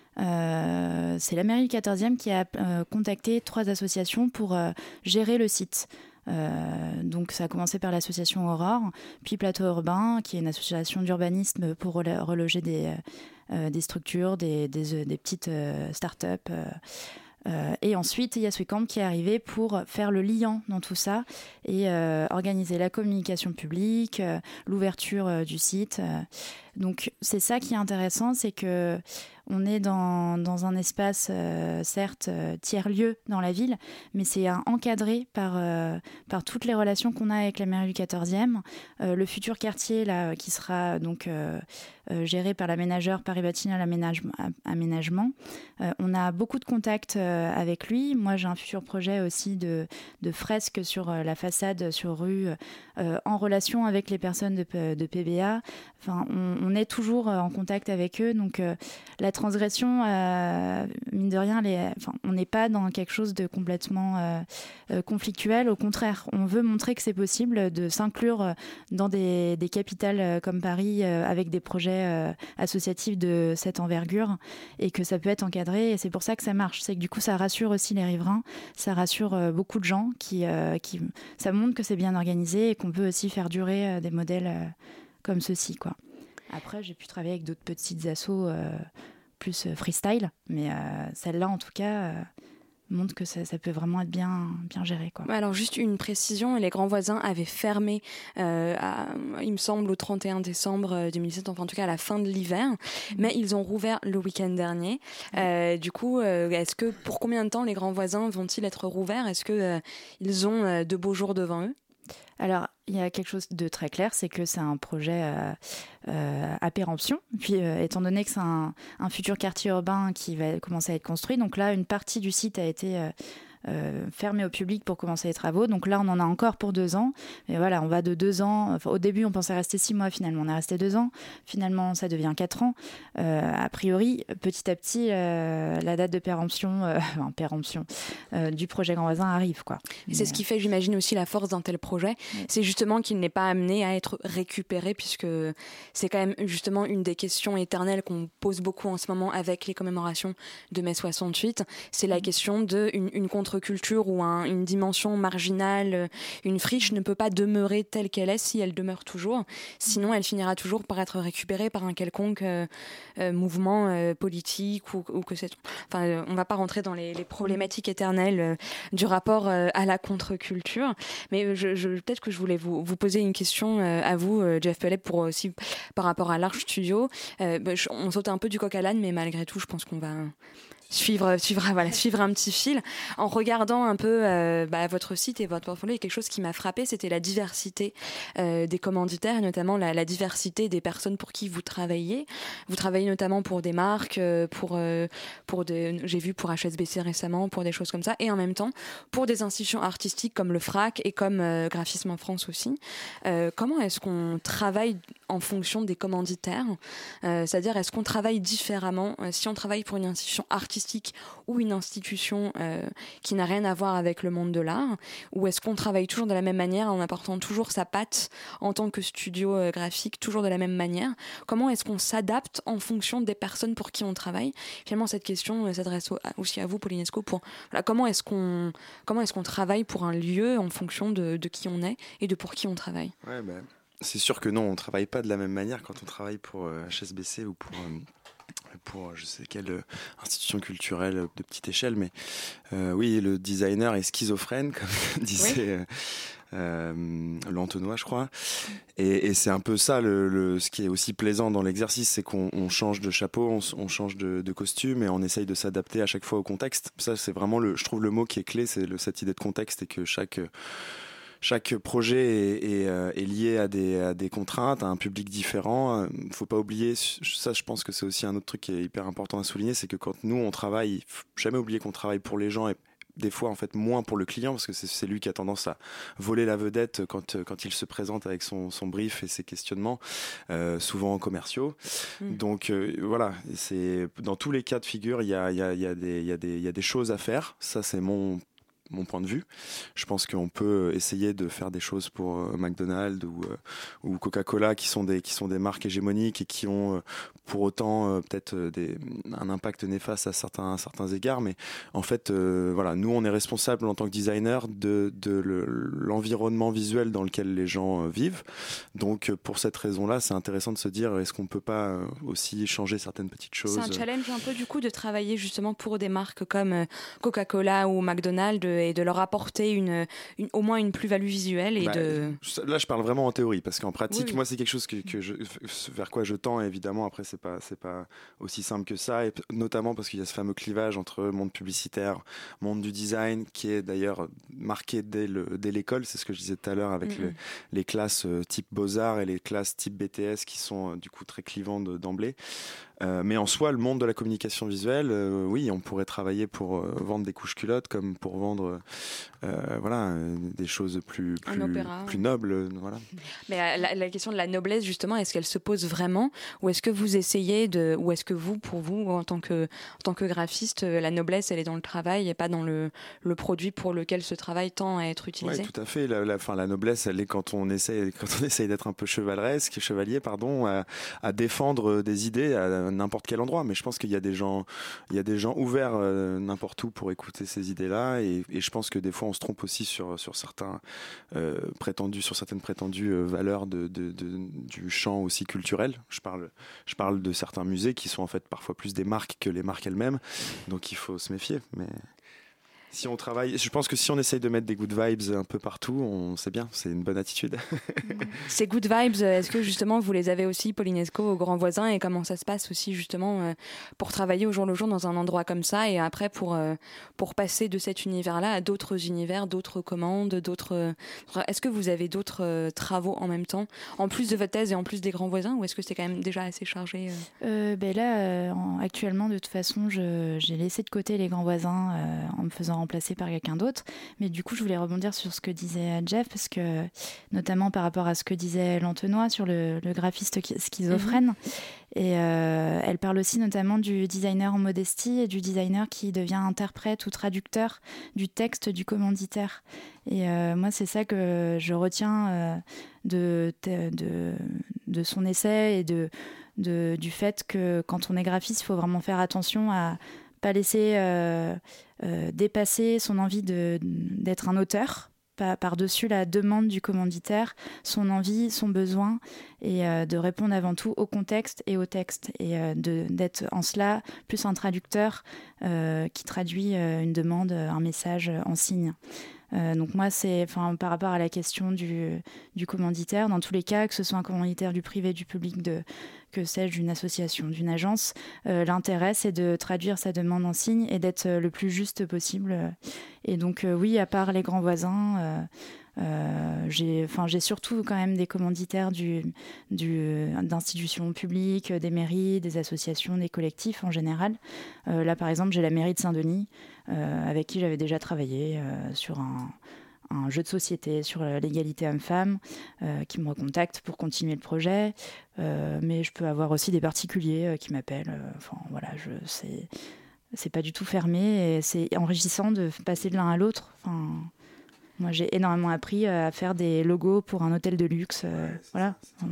Euh, c'est la mairie du quatorzième qui a euh, contacté trois associations pour euh, gérer le site. Euh, donc ça a commencé par l'association Aurore, puis Plateau Urbain, qui est une association d'urbanisme pour reloger des, euh, des structures, des, des, des petites euh, start-up. Euh, Euh, et ensuite, il y a Swecamp qui est arrivé pour faire le liant dans tout ça et euh, organiser la communication publique, euh, l'ouverture euh, du site. Euh. Donc, c'est ça qui est intéressant, c'est que on est dans, dans un espace, euh, certes, euh, tiers-lieu dans la ville, mais c'est euh, encadré par, euh, par toutes les relations qu'on a avec la mairie du quatorzième. Euh, le futur quartier, là, qui sera donc euh, euh, géré par l'aménageur Paris-Batignolles Aménagement. aménagement. Euh, on a beaucoup de contacts euh, avec lui. Moi, j'ai un futur projet aussi de, de fresques sur euh, la façade, sur rue, euh, en relation avec les personnes de, de P B A. Enfin, on, on est toujours en contact avec eux, donc euh, la transgression, euh, mine de rien, les, enfin, on n'est pas dans quelque chose de complètement euh, euh, conflictuel. Au contraire, on veut montrer que c'est possible de s'inclure dans des, des capitales comme Paris euh, avec des projets euh, associatifs de cette envergure et que ça peut être encadré. Et c'est pour ça que ça marche. C'est que du coup, ça rassure aussi les riverains, ça rassure euh, beaucoup de gens qui, euh, qui, ça montre que c'est bien organisé et qu'on peut aussi faire durer euh, des modèles euh, comme ceux-ci, quoi. Après, j'ai pu travailler avec d'autres petites assos euh, plus freestyle, mais euh, celle-là, en tout cas, euh, montre que ça, ça peut vraiment être bien, bien géré, quoi. Alors, juste une précision, les Grands Voisins avaient fermé, euh, à, il me semble, au trente et un décembre deux mille dix-sept, enfin en tout cas à la fin de l'hiver, mmh. mais ils ont rouvert le week-end dernier. Mmh. Euh, du coup, euh, est-ce que, pour combien de temps les Grands Voisins vont-ils être rouverts? Est-ce qu'ils euh, ont euh, de beaux jours devant eux? Alors, il y a quelque chose de très clair, c'est que c'est un projet euh, euh, à péremption. Puis, euh, étant donné que c'est un, un futur quartier urbain qui va commencer à être construit, donc là, une partie du site a été euh, euh, fermée au public pour commencer les travaux. Donc là, on en a encore pour deux ans. Mais voilà, on va de deux ans. Enfin, au début, on pensait rester six mois. Finalement, on est resté deux ans. Finalement, ça devient quatre ans. Euh, a priori, petit à petit, euh, la date de péremption, euh, enfin, péremption euh, du projet Grand Voisin arrive, quoi. Et Mais c'est ce qui fait, j'imagine, aussi la force d'un tel projet. Oui. C'est justement qu'il n'est pas amené à être récupéré, puisque c'est quand même justement une des questions éternelles qu'on pose beaucoup en ce moment avec les commémorations de mai soixante-huit. C'est la mmh. question d'une une contre culture ou un, une dimension marginale, une friche ne peut pas demeurer telle qu'elle est si elle demeure toujours. Sinon, elle finira toujours par être récupérée par un quelconque euh, euh, mouvement euh, politique ou, ou que c'est. Enfin, euh, on va pas rentrer dans les, les problématiques éternelles euh, du rapport euh, à la contre-culture. Mais je, je, peut-être que je voulais vous, vous poser une question euh, à vous, euh, Jeff Pellet, pour aussi par rapport à l'Arche Studio. Euh, bah, je, on saute un peu du coq à l'âne, mais malgré tout, je pense qu'on va suivre, suivre, voilà, suivre un petit fil. En regardant un peu euh, bah, votre site et votre portfolio, il y a quelque chose qui m'a frappé, c'était la diversité euh, des commanditaires, et notamment la, la diversité des personnes pour qui vous travaillez. Vous travaillez notamment pour des marques, euh, pour, euh, pour des, j'ai vu pour H S B C récemment, pour des choses comme ça, et en même temps pour des institutions artistiques comme le F R A C et comme euh, Graphisme en France aussi. Euh, comment est-ce qu'on travaille en fonction des commanditaires, euh, c'est-à-dire est-ce qu'on travaille différemment euh, si on travaille pour une institution artistique ou une institution euh, qui n'a rien à voir avec le monde de l'art, ou est-ce qu'on travaille toujours de la même manière en apportant toujours sa patte en tant que studio euh, graphique, toujours de la même manière? Comment est-ce qu'on s'adapte en fonction des personnes pour qui on travaille? Finalement, cette question euh, s'adresse au, aussi à vous, Pauline Escaut, pour voilà, comment est-ce qu'on comment est-ce qu'on travaille pour un lieu en fonction de, de qui on est et de pour qui on travaille? Ouais, bah, c'est sûr que non, on ne travaille pas de la même manière quand on travaille pour euh, H S B C ou pour... Euh, pour je sais quelle euh, institution culturelle de petite échelle, mais euh, oui, le designer est schizophrène, comme disait oui. euh, euh, l'Antenois, je crois. Et, et c'est un peu ça, le, le, ce qui est aussi plaisant dans l'exercice, c'est qu'on on change de chapeau, on, on change de, de costume et on essaye de s'adapter à chaque fois au contexte. Ça, c'est vraiment, le, je trouve, le mot qui est clé, c'est le, cette idée de contexte et que chaque... Chaque projet est, est, est lié à des, à des contraintes, à un public différent. Il ne faut pas oublier, ça je pense que c'est aussi un autre truc qui est hyper important à souligner, c'est que quand nous on travaille, il ne faut jamais oublier qu'on travaille pour les gens et des fois en fait moins pour le client parce que c'est, c'est lui qui a tendance à voler la vedette quand, quand il se présente avec son, son brief et ses questionnements, euh, souvent commerciaux. Mmh. Donc euh, voilà, c'est, dans tous les cas de figure, il y a, y a, y a des, y a des, y a des choses à faire. Ça c'est mon... mon point de vue. Je pense qu'on peut essayer de faire des choses pour euh, McDonald's ou, euh, ou Coca-Cola qui sont des qui sont des marques hégémoniques et qui ont euh, pour autant euh, peut-être des, un impact néfaste à certains à certains égards, mais en fait euh, voilà, nous on est responsable en tant que designer de de le, l'environnement visuel dans lequel les gens euh, vivent. Donc pour cette raison-là, c'est intéressant de se dire est-ce qu'on peut pas euh, aussi changer certaines petites choses. C'est un challenge un peu du coup de travailler justement pour des marques comme euh, Coca-Cola ou McDonald's et de leur apporter une, une, au moins une plus-value visuelle et bah, de... Là, je parle vraiment en théorie, parce qu'en pratique, oui, oui. moi, c'est quelque chose que, que je, vers quoi je tends, évidemment. Après, c'est pas, c'est pas aussi simple que ça, et notamment parce qu'il y a ce fameux clivage entre monde publicitaire, monde du design, qui est d'ailleurs marqué dès, le, dès l'école. C'est ce que je disais tout à l'heure avec mm-hmm. le, les classes type Beaux-Arts et les classes type B T S qui sont du coup très clivantes d'emblée. Euh, mais en soi, le monde de la communication visuelle, euh, oui, on pourrait travailler pour euh, vendre des couches culottes comme pour vendre euh, voilà, euh, des choses plus, plus, opéra, plus nobles. Voilà. Mais la, la question de la noblesse, justement, est-ce qu'elle se pose vraiment? Ou est-ce que vous essayez de... Ou est-ce que vous, pour vous, en tant que, en tant que graphiste, la noblesse, elle est dans le travail et pas dans le, le produit pour lequel ce travail tend à être utilisé? Oui, tout à fait. La, la, fin, la noblesse, elle est quand on essaie, quand on essaye d'être un peu chevaleresque, chevalier, pardon, à, à défendre des idées à n'importe quel endroit. Mais je pense qu'il y a des gens, il y a des gens ouverts euh, n'importe où pour écouter ces idées-là. Et, et je pense que des fois, on se trompe aussi sur, sur certains euh, prétendus, sur certaines prétendues euh, valeurs de, de, de, du champ aussi culturel. Je parle, je parle de certains musées qui sont en fait parfois plus des marques que les marques elles-mêmes. Donc il faut se méfier. Mais si on travaille, je pense que si on essaye de mettre des good vibes un peu partout, on sait bien, c'est une bonne attitude. Ces good vibes, est-ce que justement vous les avez aussi, Pauline Escaut, au Grand Voisin, et comment ça se passe aussi justement euh, pour travailler au jour le jour dans un endroit comme ça, et après pour, euh, pour passer de cet univers-là à d'autres univers, d'autres commandes, d'autres... Euh, est-ce que vous avez d'autres euh, travaux en même temps, en plus de votre thèse et en plus des Grands Voisins, ou est-ce que c'est quand même déjà assez chargé euh euh, ben Là, euh, en, actuellement, de toute façon, je, j'ai laissé de côté les Grands Voisins euh, en me faisant remplacé par quelqu'un d'autre, mais du coup je voulais rebondir sur ce que disait Jeff, parce que notamment par rapport à ce que disait l'Antenois sur le, le graphiste schizophrène, mmh. et euh, elle parle aussi notamment du designer en modestie et du designer qui devient interprète ou traducteur du texte du commanditaire, et euh, moi c'est ça que je retiens euh, de, de, de son essai et de, de, du fait que quand on est graphiste, il faut vraiment faire attention à pas laisser euh, euh, dépasser son envie de, d'être un auteur, pas par-dessus la demande du commanditaire, son envie, son besoin, et euh, de répondre avant tout au contexte et au texte, et euh, de, d'être en cela plus un traducteur euh, qui traduit euh, une demande, un message en signe. Euh, donc moi, c'est, enfin, par rapport à la question du, du commanditaire, dans tous les cas, que ce soit un commanditaire du privé, du public, de, que sais-je, d'une association, d'une agence, euh, l'intérêt, c'est de traduire sa demande en signe et d'être le plus juste possible. Et donc, euh, oui, à part les grands voisins, euh, euh, j'ai, enfin, j'ai surtout quand même des commanditaires du, du, d'institutions publiques, des mairies, des associations, des collectifs en général. Euh, là, par exemple, j'ai la mairie de Saint-Denis, euh, avec qui j'avais déjà travaillé euh, sur un, un jeu de société, sur l'égalité homme-femme, euh, qui me recontactent pour continuer le projet. Euh, mais je peux avoir aussi des particuliers euh, qui m'appellent. Euh, enfin, voilà, je, c'est, c'est pas du tout fermé et c'est enrichissant de passer de l'un à l'autre. Enfin, moi, j'ai énormément appris à faire des logos pour un hôtel de luxe. Euh, ouais, voilà. Ça,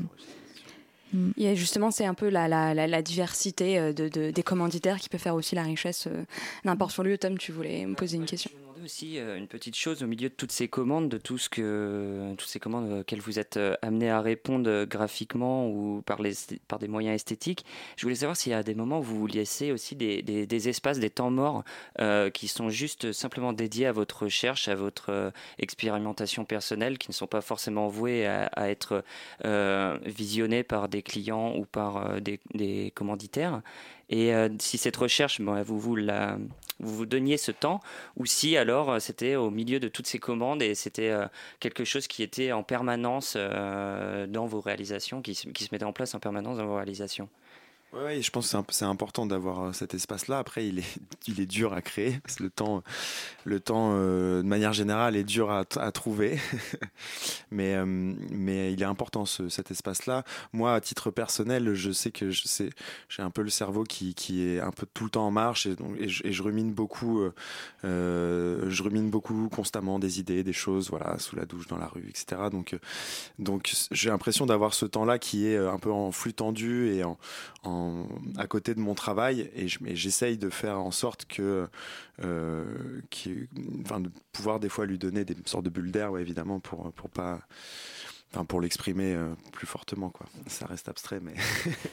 Mm. Et justement, c'est un peu la, la, la, la diversité de, de, des commanditaires qui peut faire aussi la richesse euh, n'importe sur lieu. Tom, tu voulais me poser une question. Je me demandais aussi euh, une petite chose au milieu de toutes ces commandes, de tout ce que, toutes ces commandes auxquelles vous êtes euh, amené à répondre graphiquement ou par, les, par des moyens esthétiques. Je voulais savoir s'il y a des moments où vous vous laissez aussi des, des, des espaces, des temps morts euh, qui sont juste simplement dédiés à votre recherche, à votre euh, expérimentation personnelle, qui ne sont pas forcément voués à, à être euh, visionnés par des clients ou par euh, des, des commanditaires. Et euh, si cette recherche, bon, vous, vous, la, vous vous donniez ce temps, ou si alors c'était au milieu de toutes ces commandes et c'était euh, quelque chose qui était en permanence euh, dans vos réalisations, qui, qui se mettait en place en permanence dans vos réalisations. Oui, ouais, je pense que c'est, un, c'est important d'avoir cet espace-là. Après, il est, il est dur à créer. Parce que le temps, le temps euh, de manière générale, est dur à, à trouver. mais, euh, mais il est important, ce, cet espace-là. Moi, à titre personnel, je sais que je sais, j'ai un peu le cerveau qui, qui est un peu tout le temps en marche. Et, donc, et, je, et je rumine beaucoup. Euh, je rumine beaucoup constamment des idées, des choses, voilà, sous la douche, dans la rue, et cetera. Donc, donc j'ai l'impression d'avoir ce temps-là qui est un peu en flux tendu et en, en à côté de mon travail et, je, et j'essaye de faire en sorte que euh, enfin, de pouvoir des fois lui donner des sortes de bulles d'air, ouais, évidemment, pour, pour pas enfin, pour l'exprimer euh, plus fortement, quoi. Ça reste abstrait, mais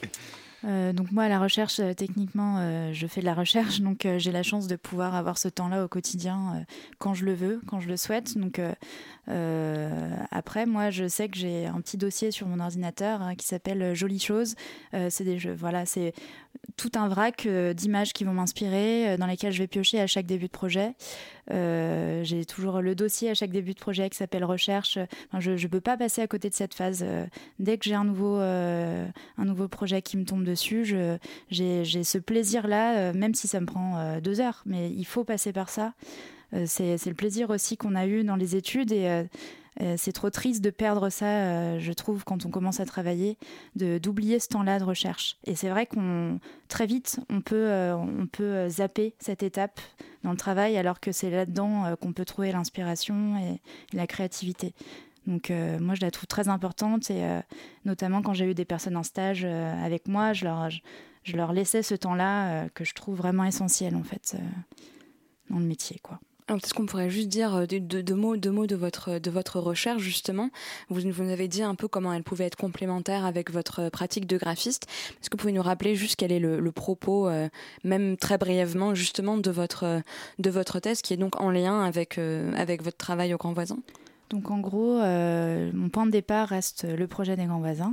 Euh, donc moi, la recherche, euh, techniquement, euh, je fais de la recherche, donc euh, j'ai la chance de pouvoir avoir ce temps-là au quotidien euh, quand je le veux, quand je le souhaite. Donc euh, euh, après, moi, je sais que j'ai un petit dossier sur mon ordinateur hein, qui s'appelle euh, Jolies choses. Euh, c'est des jeux, voilà, c'est tout un vrac euh, d'images qui vont m'inspirer, euh, dans lesquelles je vais piocher à chaque début de projet. Euh, j'ai toujours le dossier à chaque début de projet qui s'appelle recherche. Enfin, je ne peux pas passer à côté de cette phase. Euh, dès que j'ai un nouveau, euh, un nouveau projet qui me tombe dessus, je, j'ai, j'ai ce plaisir-là, euh, même si ça me prend euh, deux heures. Mais il faut passer par ça. Euh, c'est, c'est le plaisir aussi qu'on a eu dans les études et euh, euh, c'est trop triste de perdre ça, euh, je trouve, quand on commence à travailler, de, d'oublier ce temps-là de recherche. Et c'est vrai qu'on très vite, on peut, euh, on peut zapper cette étape dans le travail, alors que c'est là-dedans euh, qu'on peut trouver l'inspiration et, et la créativité. Donc euh, moi, je la trouve très importante et euh, notamment quand j'ai eu des personnes en stage euh, avec moi, je leur, je, je leur laissais ce temps-là euh, que je trouve vraiment essentiel en fait euh, dans le métier, quoi. Alors, peut-être qu'on pourrait juste dire deux, deux, deux mots, deux mots de votre de votre recherche justement. Vous vous nous avez dit un peu comment elle pouvait être complémentaire avec votre pratique de graphiste. Est-ce que vous pouvez nous rappeler juste quel est le, le propos, euh, même très brièvement justement de votre de votre thèse, qui est donc en lien avec euh, avec votre travail au Grand Voisin? Donc en gros, euh, mon point de départ reste le projet des Grands Voisins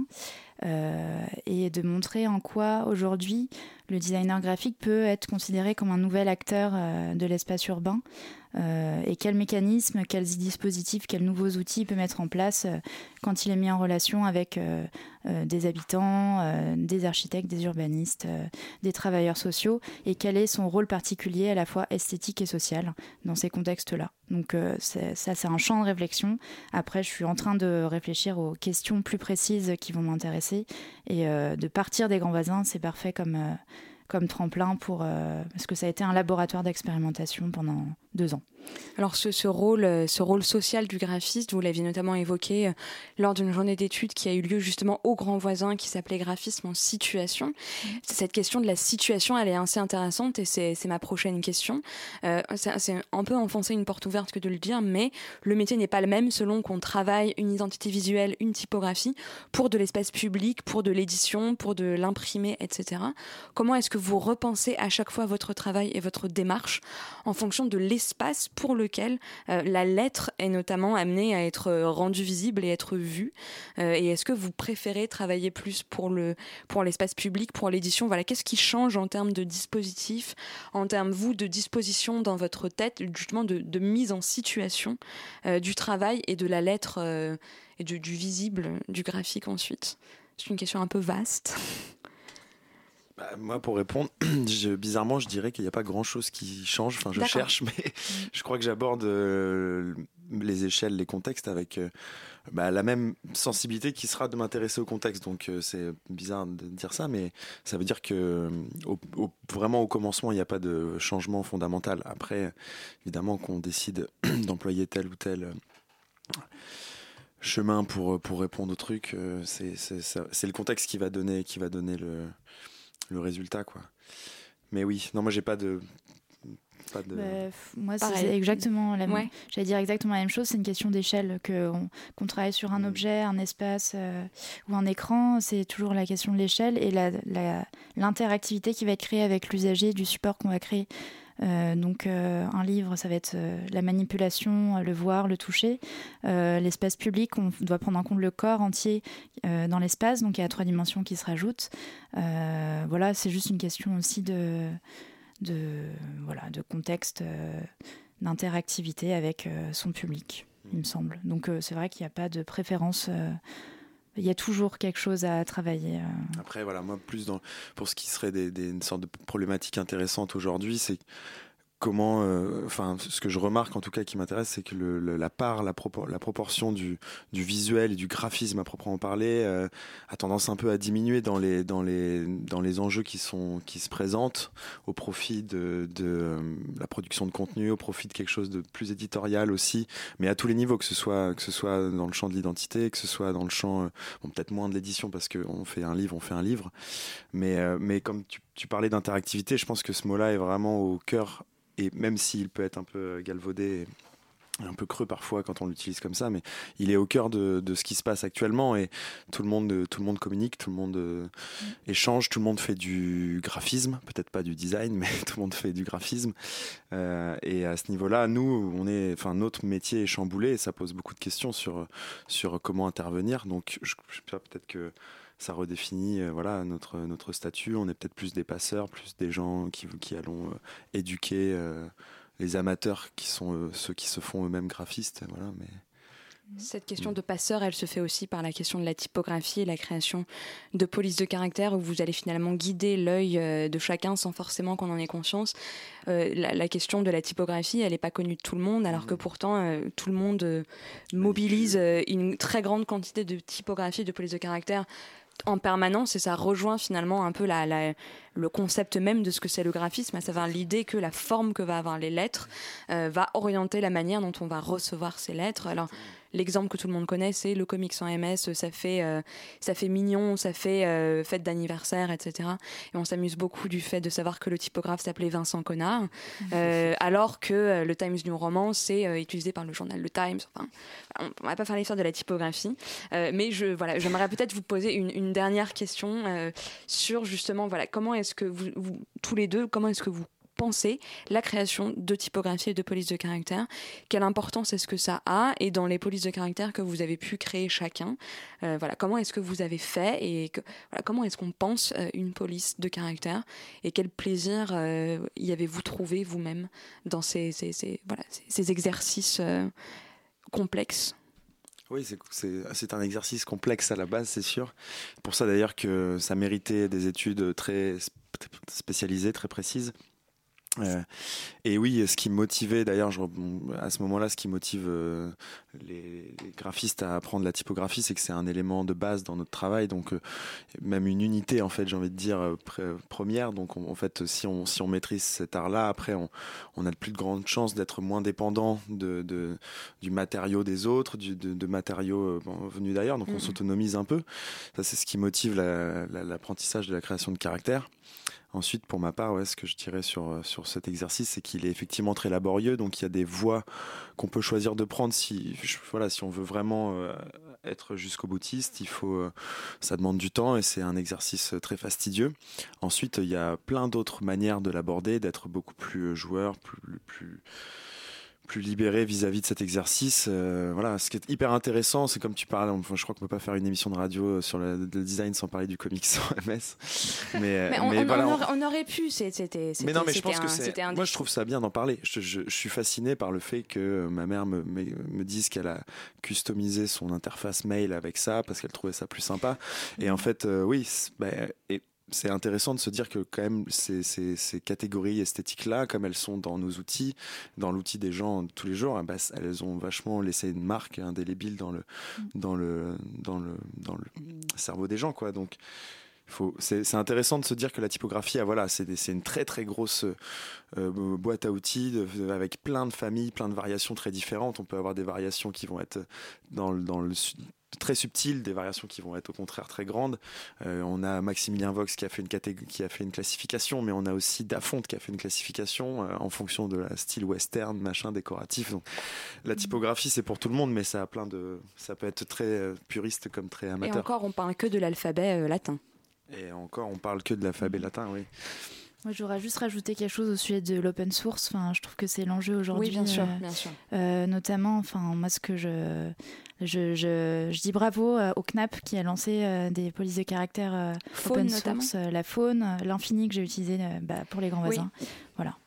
euh, et de montrer en quoi aujourd'hui le designer graphique peut être considéré comme un nouvel acteur euh, de l'espace urbain euh, et quels mécanismes, quels dispositifs, quels nouveaux outils il peut mettre en place euh, quand il est mis en relation avec euh, euh, des habitants, euh, des architectes, des urbanistes, euh, des travailleurs sociaux et quel est son rôle particulier à la fois esthétique et social dans ces contextes-là. Donc euh, c'est, ça, c'est un champ de réflexion. Après, je suis en train de réfléchir aux questions plus précises qui vont m'intéresser et euh, de partir des Grands Voisins, c'est parfait comme, euh, comme tremplin pour, euh, parce que ça a été un laboratoire d'expérimentation pendant deux ans. Alors ce, ce, rôle, ce rôle social du graphiste, vous l'aviez notamment évoqué lors d'une journée d'études qui a eu lieu justement au Grand Voisin, qui s'appelait Graphisme en situation. Mmh. Cette question de la situation, elle est assez intéressante et c'est, c'est ma prochaine question. Euh, c'est, c'est un peu enfoncer une porte ouverte que de le dire, mais le métier n'est pas le même selon qu'on travaille une identité visuelle, une typographie, pour de l'espace public, pour de l'édition, pour de l'imprimé, et cetera. Comment est-ce que vous repensez à chaque fois votre travail et votre démarche en fonction de l'espace pour lequel euh, la lettre est notamment amenée à être rendue visible et être vue. Euh, et est-ce que vous préférez travailler plus pour, le, pour l'espace public, pour l'édition ? Voilà, qu'est-ce qui change en termes de dispositif, en termes, vous, de disposition dans votre tête, justement de, de mise en situation euh, du travail et de la lettre euh, et du, du visible, du graphique ensuite ? C'est une question un peu vaste. Bah, moi, pour répondre, je, bizarrement, je dirais qu'il n'y a pas grand-chose qui change. Enfin, je D'accord. cherche, mais mmh. je crois que j'aborde euh, les échelles, les contextes avec euh, bah, la même sensibilité qui sera de m'intéresser au contexte. Donc, euh, c'est bizarre de dire ça, mais ça veut dire que au, au, vraiment au commencement, il n'y a pas de changement fondamental. Après, évidemment, qu'on décide d'employer tel ou tel euh, chemin pour pour répondre au truc, euh, c'est c'est, ça, c'est le contexte qui va donner qui va donner le le résultat, quoi. Mais oui, non, moi j'ai pas de pas de Bah, moi, Pareil. c'est exactement la même. Ouais. J'allais dire exactement la même chose. C'est une question d'échelle que on, qu'on travaille sur un Mmh. objet, un espace euh, ou un écran. C'est toujours la question de l'échelle et la, la, l'interactivité qui va être créée avec l'usager du support qu'on va créer. Euh, donc euh, un livre, ça va être euh, la manipulation, le voir, le toucher. Euh, l'espace public, on doit prendre en compte le corps entier euh, dans l'espace. Donc il y a trois dimensions qui se rajoutent. Euh, voilà, c'est juste une question aussi de de voilà de contexte, euh, d'interactivité avec euh, son public, il me semble. Donc euh, c'est vrai qu'il n'y a pas de préférence. Euh, il y a toujours quelque chose à travailler. Euh. Après, voilà, moi, plus dans, pour ce qui serait des, des, une sorte de problématique intéressante aujourd'hui, c'est comment, enfin, euh, ce que je remarque en tout cas qui m'intéresse, c'est que le, le, la part, la, propor- la proportion du, du visuel et du graphisme à proprement parler euh, a tendance un peu à diminuer dans les, dans les, dans les enjeux qui, sont, qui se présentent au profit de, de euh, la production de contenu, au profit de quelque chose de plus éditorial aussi, mais à tous les niveaux, que ce soit, que ce soit dans le champ de l'identité, que ce soit dans le champ, euh, bon, peut-être moins de l'édition parce qu'on fait un livre, on fait un livre, mais, euh, mais comme tu, tu parlais d'interactivité, je pense que ce mot-là est vraiment au cœur. Et même s'il peut être un peu galvaudé et un peu creux parfois quand on l'utilise comme ça, mais il est au cœur de, de ce qui se passe actuellement et tout le monde, tout le monde communique, tout le monde euh, échange, tout le monde fait du graphisme, peut-être pas du design, mais tout le monde fait du graphisme. Euh, et à ce niveau-là, nous, on est, enfin, notre métier est chamboulé et ça pose beaucoup de questions sur, sur comment intervenir. Donc, je, je sais pas, peut-être que ça redéfinit euh, voilà, notre, notre statut. On est peut-être plus des passeurs, plus des gens qui, qui allons euh, éduquer euh, les amateurs qui sont euh, ceux qui se font eux-mêmes graphistes. Voilà, mais... Cette question de passeur, elle se fait aussi par la question de la typographie et la création de polices de caractère où vous allez finalement guider l'œil de chacun sans forcément qu'on en ait conscience. Euh, la, la question de la typographie, elle n'est pas connue de tout le monde, alors que pourtant euh, tout le monde euh, mobilise euh, une très grande quantité de typographie, de polices de caractère en permanence, et ça rejoint finalement un peu la, la, le concept même de ce que c'est le graphisme, à savoir l'idée que la forme que va avoir les lettres euh, va orienter la manière dont on va recevoir ces lettres. Alors l'exemple que tout le monde connaît, c'est le comics en M S, ça fait, euh, ça fait mignon, ça fait euh, fête d'anniversaire, et cetera. Et on s'amuse beaucoup du fait de savoir que le typographe s'appelait Vincent Connard, euh, alors que euh, le Times New Roman, c'est euh, utilisé par le journal Le Times. Enfin, on ne va pas faire l'histoire de la typographie, euh, mais je, voilà, j'aimerais peut-être vous poser une, une dernière question euh, sur justement, voilà, comment est-ce que vous, vous, tous les deux, comment est-ce que vous pensez la création de typographie et de police de caractère, quelle importance est-ce que ça a, et dans les polices de caractère que vous avez pu créer chacun, euh, voilà, comment est-ce que vous avez fait et que, voilà, comment est-ce qu'on pense euh, une police de caractère et quel plaisir euh, y avez-vous trouvé vous-même dans ces, ces, ces, voilà, ces, ces exercices euh, complexes? Oui, c'est, c'est, c'est un exercice complexe à la base, c'est sûr. Pour ça d'ailleurs que ça méritait des études très spécialisées, très précises. Euh, et oui, ce qui motivait d'ailleurs je, à ce moment-là, ce qui motive euh, les, les graphistes à apprendre la typographie, c'est que c'est un élément de base dans notre travail, donc euh, même une unité en fait, j'ai envie de dire euh, pr- première. Donc on, en fait, si on si on maîtrise cet art-là, après on on a de plus de grandes chances d'être moins dépendant de, de du matériau des autres, du, de, de matériaux euh, bon, venus d'ailleurs. Donc mmh. on s'autonomise un peu. Ça, c'est ce qui motive la, la, l'apprentissage de la création de caractères. Ensuite, pour ma part, ouais, ce que je dirais sur, sur cet exercice, c'est qu'il est effectivement très laborieux. Donc, il y a des voies qu'on peut choisir de prendre si, voilà, si on veut vraiment euh, être jusqu'au boutiste. Il faut, euh, ça demande du temps et c'est un exercice très fastidieux. Ensuite, il y a plein d'autres manières de l'aborder, d'être beaucoup plus joueur, plus, plus, plus libéré vis-à-vis de cet exercice. Euh, voilà, ce qui est hyper intéressant, c'est comme tu parles, enfin, je crois qu'on peut pas faire une émission de radio sur le, le design sans parler du comics sans M S. Mais, mais, on, mais on, voilà, on, aurait, on aurait pu, c'était, c'était, mais non, mais je pense un, que c'est. un moi, je trouve ça bien d'en parler. Je, je, je suis fasciné par le fait que ma mère me, me, me dise qu'elle a customisé son interface mail avec ça parce qu'elle trouvait ça plus sympa. Et en fait, euh, oui, c'est, bah, et, c'est intéressant de se dire que quand même ces, ces, ces catégories esthétiques-là, comme elles sont dans nos outils, dans l'outil des gens de tous les jours, bah, elles ont vachement laissé une marque indélébile dans le, dans le, dans le, dans le cerveau des gens, quoi. Donc, faut, c'est, c'est intéressant de se dire que la typographie, ah, voilà, c'est, des, c'est une très très grosse euh, boîte à outils de, avec plein de familles, plein de variations très différentes. On peut avoir des variations qui vont être dans, dans le très subtiles, des variations qui vont être au contraire très grandes. Euh, on a Maximilien Vox qui a fait une catég- qui a fait une classification, mais on a aussi Dafonte qui a fait une classification euh, en fonction de la style western, machin, décoratif. Donc, la typographie, c'est pour tout le monde, mais ça a plein de, ça peut être très euh, puriste comme très amateur. Et encore, on parle que de l'alphabet euh, latin. Et encore, on parle que de l'alphabet latin, oui. Moi, j'aurais juste rajouté quelque chose au sujet de l'open source. Enfin, je trouve que c'est l'enjeu aujourd'hui. Oui, bien sûr, euh, bien sûr. Euh, notamment, enfin, moi, ce que je, je, je, je dis bravo euh, au C N A P qui a lancé euh, des polices de caractère euh, Faune, open notamment. source, euh, la faune, euh, l'infini que j'ai utilisé euh, bah, pour les grands Oui. voisins. Voilà.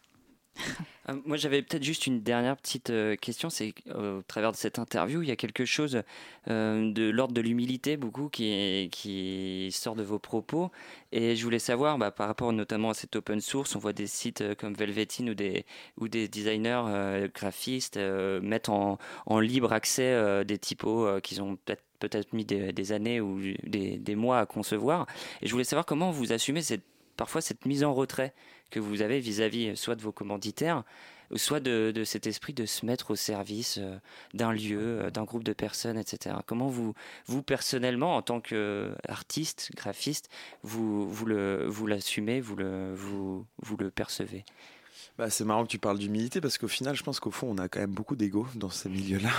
Euh, moi, j'avais peut-être juste une dernière petite euh, question. C'est euh, au travers de cette interview, il y a quelque chose euh, de l'ordre de l'humilité, beaucoup, qui, est, qui sort de vos propos. Et je voulais savoir, bah, par rapport notamment à cette open source, on voit des sites euh, comme Velveteen ou des, ou des designers euh, graphistes euh, mettre en, en libre accès euh, des typos euh, qu'ils ont peut-être peut-être mis des, des années ou des, des mois à concevoir. Et je voulais savoir comment vous assumez cette, parfois cette mise en retrait que vous avez vis-à-vis soit de vos commanditaires, soit de, de cet esprit de se mettre au service euh, d'un lieu, euh, d'un groupe de personnes, et cetera. Comment vous, vous personnellement, en tant qu'artiste, graphiste, vous, vous, le, vous l'assumez, vous le, vous, vous le percevez ? Bah, c'est marrant que tu parles d'humilité parce qu'au final, je pense qu'au fond, on a quand même beaucoup d'ego dans ces milieux-là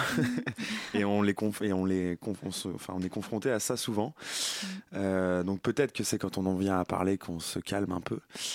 et on les conf- et on les conf- on se- enfin, on est confronté à ça souvent. Euh, donc peut-être que c'est quand on en vient à parler qu'on se calme un peu.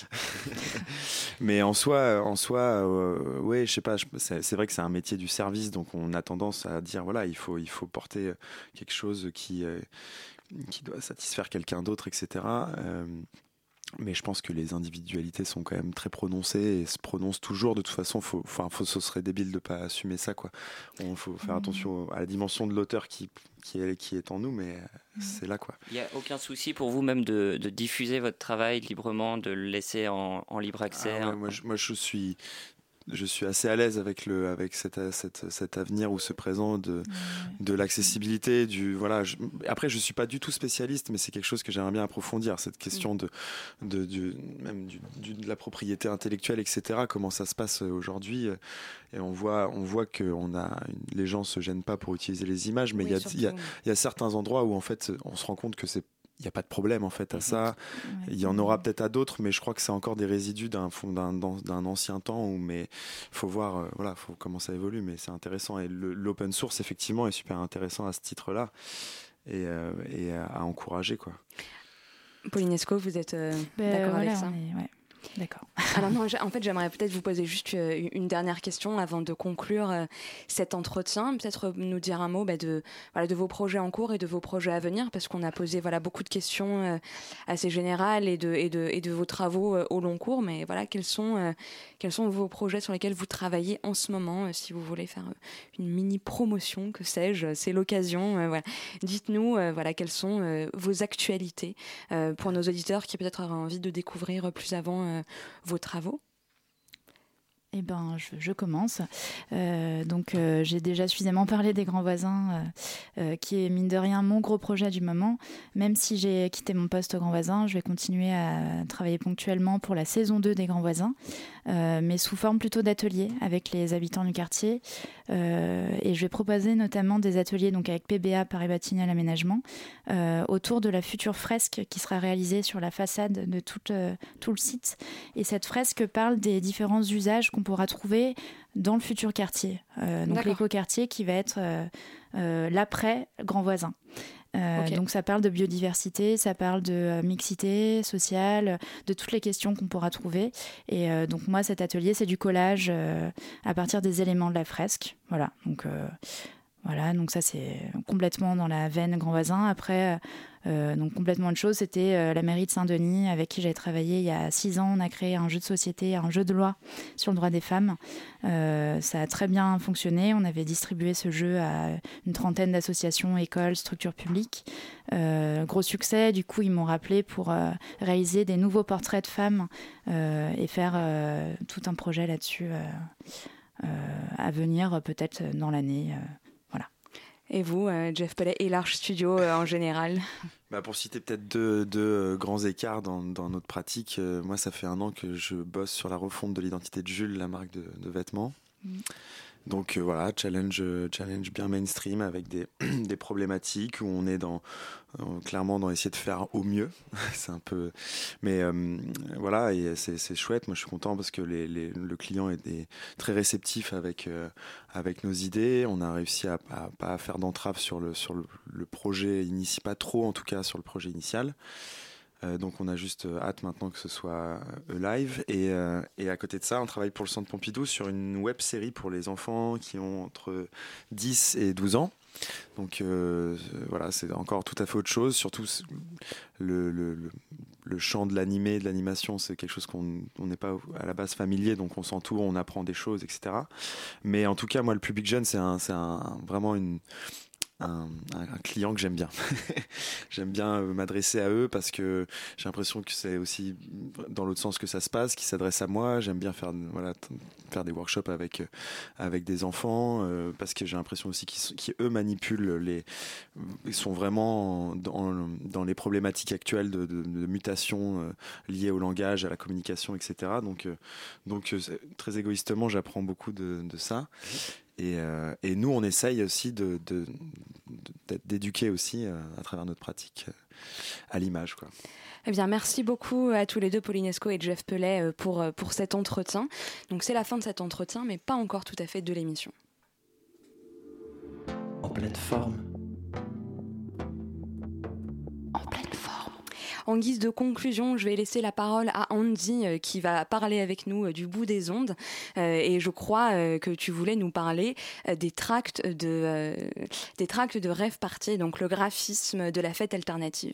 Mais en soi, en soi, euh, ouais, je sais pas. Je, c'est, c'est vrai que c'est un métier du service, donc on a tendance à dire voilà, il faut, il faut porter quelque chose qui, euh, qui doit satisfaire quelqu'un d'autre, et cetera. Euh, Mais je pense que les individualités sont quand même très prononcées et se prononcent toujours. De toute façon, faut, enfin, faut, ce serait débile de pas assumer ça, quoi. Il faut faire attention à la dimension de l'auteur qui, qui, est, qui est en nous, mais c'est là, quoi. Il n'y a aucun souci pour vous même de, de diffuser votre travail librement, de le laisser en, en libre accès. Ah ouais, moi, je, moi, je suis... Je suis assez à l'aise avec le avec cet cet cet avenir ou ce présent de de l'accessibilité du voilà. Je, après, je suis pas du tout spécialiste, mais c'est quelque chose que j'aimerais bien approfondir, cette question de de du, même du, du, de la propriété intellectuelle, et cetera. Comment ça se passe aujourd'hui? Et on voit on voit que on a les gens se gênent pas pour utiliser les images, mais il Oui, y a surtout. il y a il y a certains endroits où en fait on se rend compte que c'est il n'y a pas de problème en fait à ça. Ouais. Il y en aura peut-être à d'autres, mais je crois que c'est encore des résidus d'un, d'un, d'un ancien temps. Où, mais faut voir, euh, voilà, faut comment ça évolue. Mais c'est intéressant et le, l'open source effectivement est super intéressant à ce titre-là et, euh, et à, à encourager, quoi. Pauline Escaut, vous êtes euh, Ben, d'accord voilà, avec ça? on est- ouais. D'accord. Alors non, j'ai- en fait, j'aimerais peut-être vous poser juste euh, une dernière question avant de conclure euh, cet entretien. Peut-être euh, nous dire un mot bah, de, voilà, de vos projets en cours et de vos projets à venir, parce qu'on a posé voilà, beaucoup de questions euh, assez générales et de, et, de, et de vos travaux euh, au long cours. Mais voilà, quels sont, euh, quels sont vos projets sur lesquels vous travaillez en ce moment? euh, Si vous voulez faire euh, une mini promotion, que sais-je, c'est l'occasion. euh, voilà. Dites-nous euh, voilà, quelles sont euh, vos actualités euh, pour nos auditeurs qui peut-être auraient envie de découvrir plus avant euh, vos travaux. Eh ben, je, je commence. Euh, donc, euh, j'ai déjà suffisamment parlé des Grands Voisins, euh, euh, qui est mine de rien mon gros projet du moment. Même si j'ai quitté mon poste aux Grands Voisins, je vais continuer à travailler ponctuellement pour la saison deux des Grands Voisins, euh, mais sous forme plutôt d'ateliers avec les habitants du quartier. Euh, et je vais proposer notamment des ateliers donc avec P B A, Paris Batignolles Aménagement, euh, autour de la future fresque qui sera réalisée sur la façade de tout, euh, tout le site. Et cette fresque parle des différents usages qu'on pourra trouver dans le futur quartier. Euh, donc D'accord. l'éco-quartier qui va être euh, euh, l'après Grand Voisin. Euh, Ok. Donc ça parle de biodiversité, ça parle de euh, mixité sociale, de toutes les questions qu'on pourra trouver. Et euh, donc moi, cet atelier, c'est du collage euh, à partir des éléments de la fresque. Voilà, donc, euh, voilà, donc ça c'est complètement dans la veine Grand Voisin. Après, euh, donc complètement autre chose, c'était euh, la mairie de Saint-Denis avec qui j'avais travaillé il y a six ans. On a créé un jeu de société, un jeu de loi sur le droit des femmes. Euh, ça a très bien fonctionné. On avait distribué ce jeu à une trentaine d'associations, écoles, structures publiques. Euh, gros succès, du coup ils m'ont rappelé pour euh, réaliser des nouveaux portraits de femmes euh, et faire euh, tout un projet là-dessus euh, euh, à venir peut-être dans l'année. Euh. Et vous, euh, Jeff Pellet et l'Arche Studio euh, en général? Bah pour citer peut-être deux, deux euh, grands écarts dans, dans notre pratique, euh, moi ça fait un an que je bosse sur la refonte de l'identité de Jules, la marque de, de vêtements. Mmh. Donc euh, voilà, challenge, challenge bien mainstream avec des, des problématiques où on est dans, euh, clairement dans essayer de faire au mieux. C'est un peu, mais euh, voilà, et c'est, c'est chouette. Moi, je suis content parce que les, les, le client est, est très réceptif avec euh, avec nos idées. On a réussi à, à pas faire d'entrave sur le sur le, le projet initial, pas trop en tout cas sur le projet initial. Euh, donc on a juste hâte maintenant que ce soit euh, live et, euh, et à côté de ça on travaille pour le Centre Pompidou sur une web série pour les enfants qui ont entre dix et douze ans. Donc euh, voilà, c'est encore tout à fait autre chose, surtout le, le, le, le champ de l'animé, de l'animation, c'est quelque chose qu'on n'est pas à la base familier, donc on s'entoure, on apprend des choses, et cetera. Mais en tout cas moi le public jeune c'est, un, c'est un, vraiment une Un, un client que j'aime bien. J'aime bien m'adresser à eux parce que j'ai l'impression que c'est aussi dans l'autre sens que ça se passe, qu'ils s'adressent à moi. J'aime bien faire, voilà, faire des workshops avec, avec des enfants euh, parce que j'ai l'impression aussi qu'ils, qu'ils eux manipulent les, ils sont vraiment dans, dans les problématiques actuelles de, de, de mutation euh, liées au langage, à la communication, et cetera. Donc, euh, donc euh, très égoïstement, j'apprends beaucoup de, de ça. Et, euh, et nous, on essaye aussi de, de, de, d'éduquer aussi euh, à travers notre pratique euh, à l'image, quoi. Eh bien, merci beaucoup à tous les deux, Pauline Escaut et Jeff Pellet, pour, pour cet entretien. Donc, c'est la fin de cet entretien, mais pas encore tout à fait de l'émission. En pleine forme. En pleine forme. En guise de conclusion, je vais laisser la parole à Andy euh, qui va parler avec nous euh, du bout des ondes. Euh, et je crois euh, que tu voulais nous parler euh, des tracts de, euh, des tracts de Rêve Party, donc le graphisme de la fête alternative.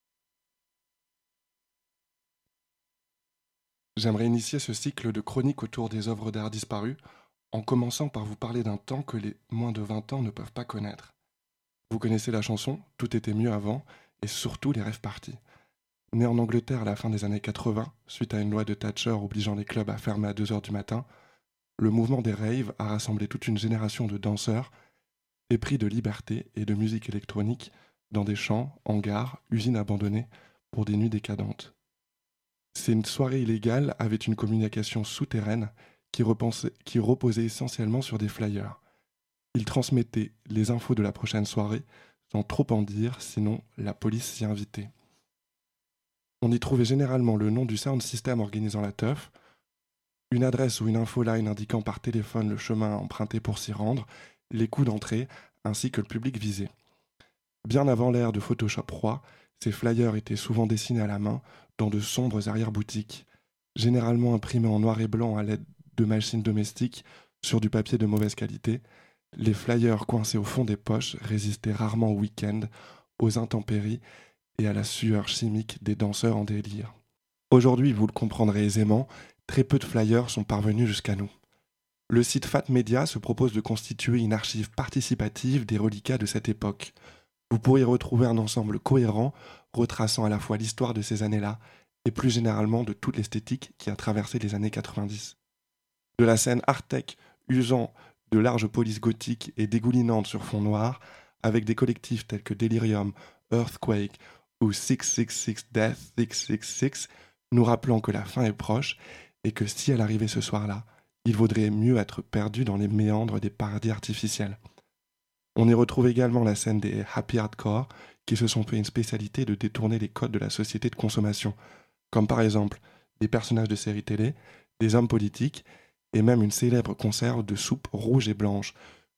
J'aimerais initier ce cycle de chroniques autour des œuvres d'art disparues en commençant par vous parler d'un temps que les moins de vingt ans ne peuvent pas connaître. Vous connaissez la chanson « Tout était mieux avant » et surtout les Rêve Party. Né en Angleterre à la fin des années quatre-vingts, suite à une loi de Thatcher obligeant les clubs à fermer à deux heures du matin, le mouvement des raves a rassemblé toute une génération de danseurs épris de liberté et de musique électronique dans des champs, hangars, usines abandonnées pour des nuits décadentes. Ces soirées illégales avaient une communication souterraine qui, repensait, qui reposait essentiellement sur des flyers. Ils transmettaient les infos de la prochaine soirée sans trop en dire, sinon la police s'y invitait. On y trouvait généralement le nom du sound system organisant la teuf, une adresse ou une infoline indiquant par téléphone le chemin à emprunter pour s'y rendre, les coûts d'entrée, ainsi que le public visé. Bien avant l'ère de Photoshop roi, ces flyers étaient souvent dessinés à la main dans de sombres arrière-boutiques, généralement imprimés en noir et blanc à l'aide de machines domestiques sur du papier de mauvaise qualité. Les flyers coincés au fond des poches résistaient rarement au week-end, aux intempéries et à la sueur chimique des danseurs en délire. Aujourd'hui, vous le comprendrez aisément, très peu de flyers sont parvenus jusqu'à nous. Le site Fat Media se propose de constituer une archive participative des reliquats de cette époque. Vous pourrez retrouver un ensemble cohérent, retraçant à la fois l'histoire de ces années-là et plus généralement de toute l'esthétique qui a traversé les années quatre-vingt-dix. De la scène art-tech usant de larges polices gothiques et dégoulinantes sur fond noir, avec des collectifs tels que Delirium, Earthquake ou six six six Death six six six, nous rappelant que la fin est proche et que si elle arrivait ce soir-là, il vaudrait mieux être perdu dans les méandres des paradis artificiels. On y retrouve également la scène des happy hardcore qui se sont fait une spécialité de détourner les codes de la société de consommation, comme par exemple des personnages de séries télé, des hommes politiques et même une célèbre conserve de soupe rouge et blanche,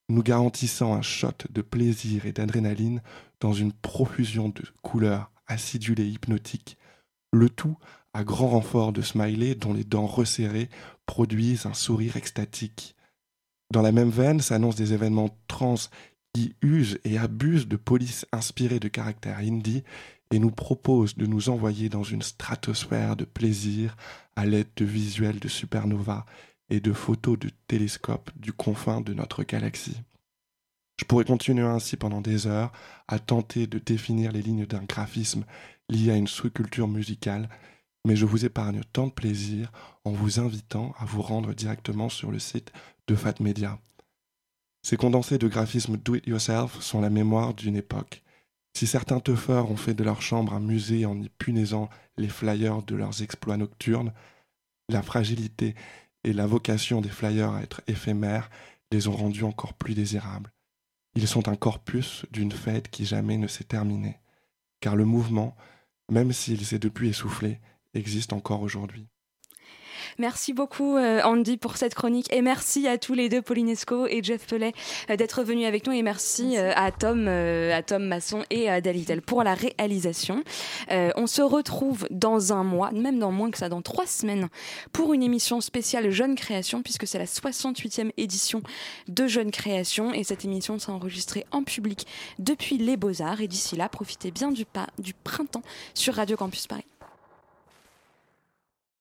nous garantissant un shot de plaisir et d'adrénaline dans une profusion de couleurs acidulées et hypnotiques, le tout à grand renfort de smiley dont les dents resserrées produisent un sourire extatique. Dans la même veine s'annoncent des événements trans qui usent et abusent de polices inspirées de caractère indie et nous proposent de nous envoyer dans une stratosphère de plaisir à l'aide de visuels de supernova et de photos de télescopes du confin de notre galaxie. Je pourrais continuer ainsi pendant des heures à tenter de définir les lignes d'un graphisme lié à une sous-culture musicale, mais je vous épargne tant de plaisir en vous invitant à vous rendre directement sur le site de Fat Media. Ces condensés de graphisme do-it-yourself sont la mémoire d'une époque. Si certains teufeurs ont fait de leur chambre un musée en y punaisant les flyers de leurs exploits nocturnes, la fragilité et la vocation des flyers à être éphémères les ont rendus encore plus désirables. Ils sont un corpus d'une fête qui jamais ne s'est terminée, car le mouvement, même s'il s'est depuis essoufflé, existe encore aujourd'hui. Merci beaucoup euh, Andy pour cette chronique et merci à tous les deux, Pauline Escaut et Jeff Pellet, euh, d'être venus avec nous et merci euh, à Tom, euh, à Tom Masson et à Dalitel pour la réalisation. Euh, on se retrouve dans un mois, même dans moins que ça, dans trois semaines, pour une émission spéciale Jeunes Créations, puisque c'est la soixante-huitième édition de Jeunes Créations et cette émission sera enregistrée en public depuis les Beaux-Arts et d'ici là, profitez bien du, pa- du printemps sur Radio Campus Paris.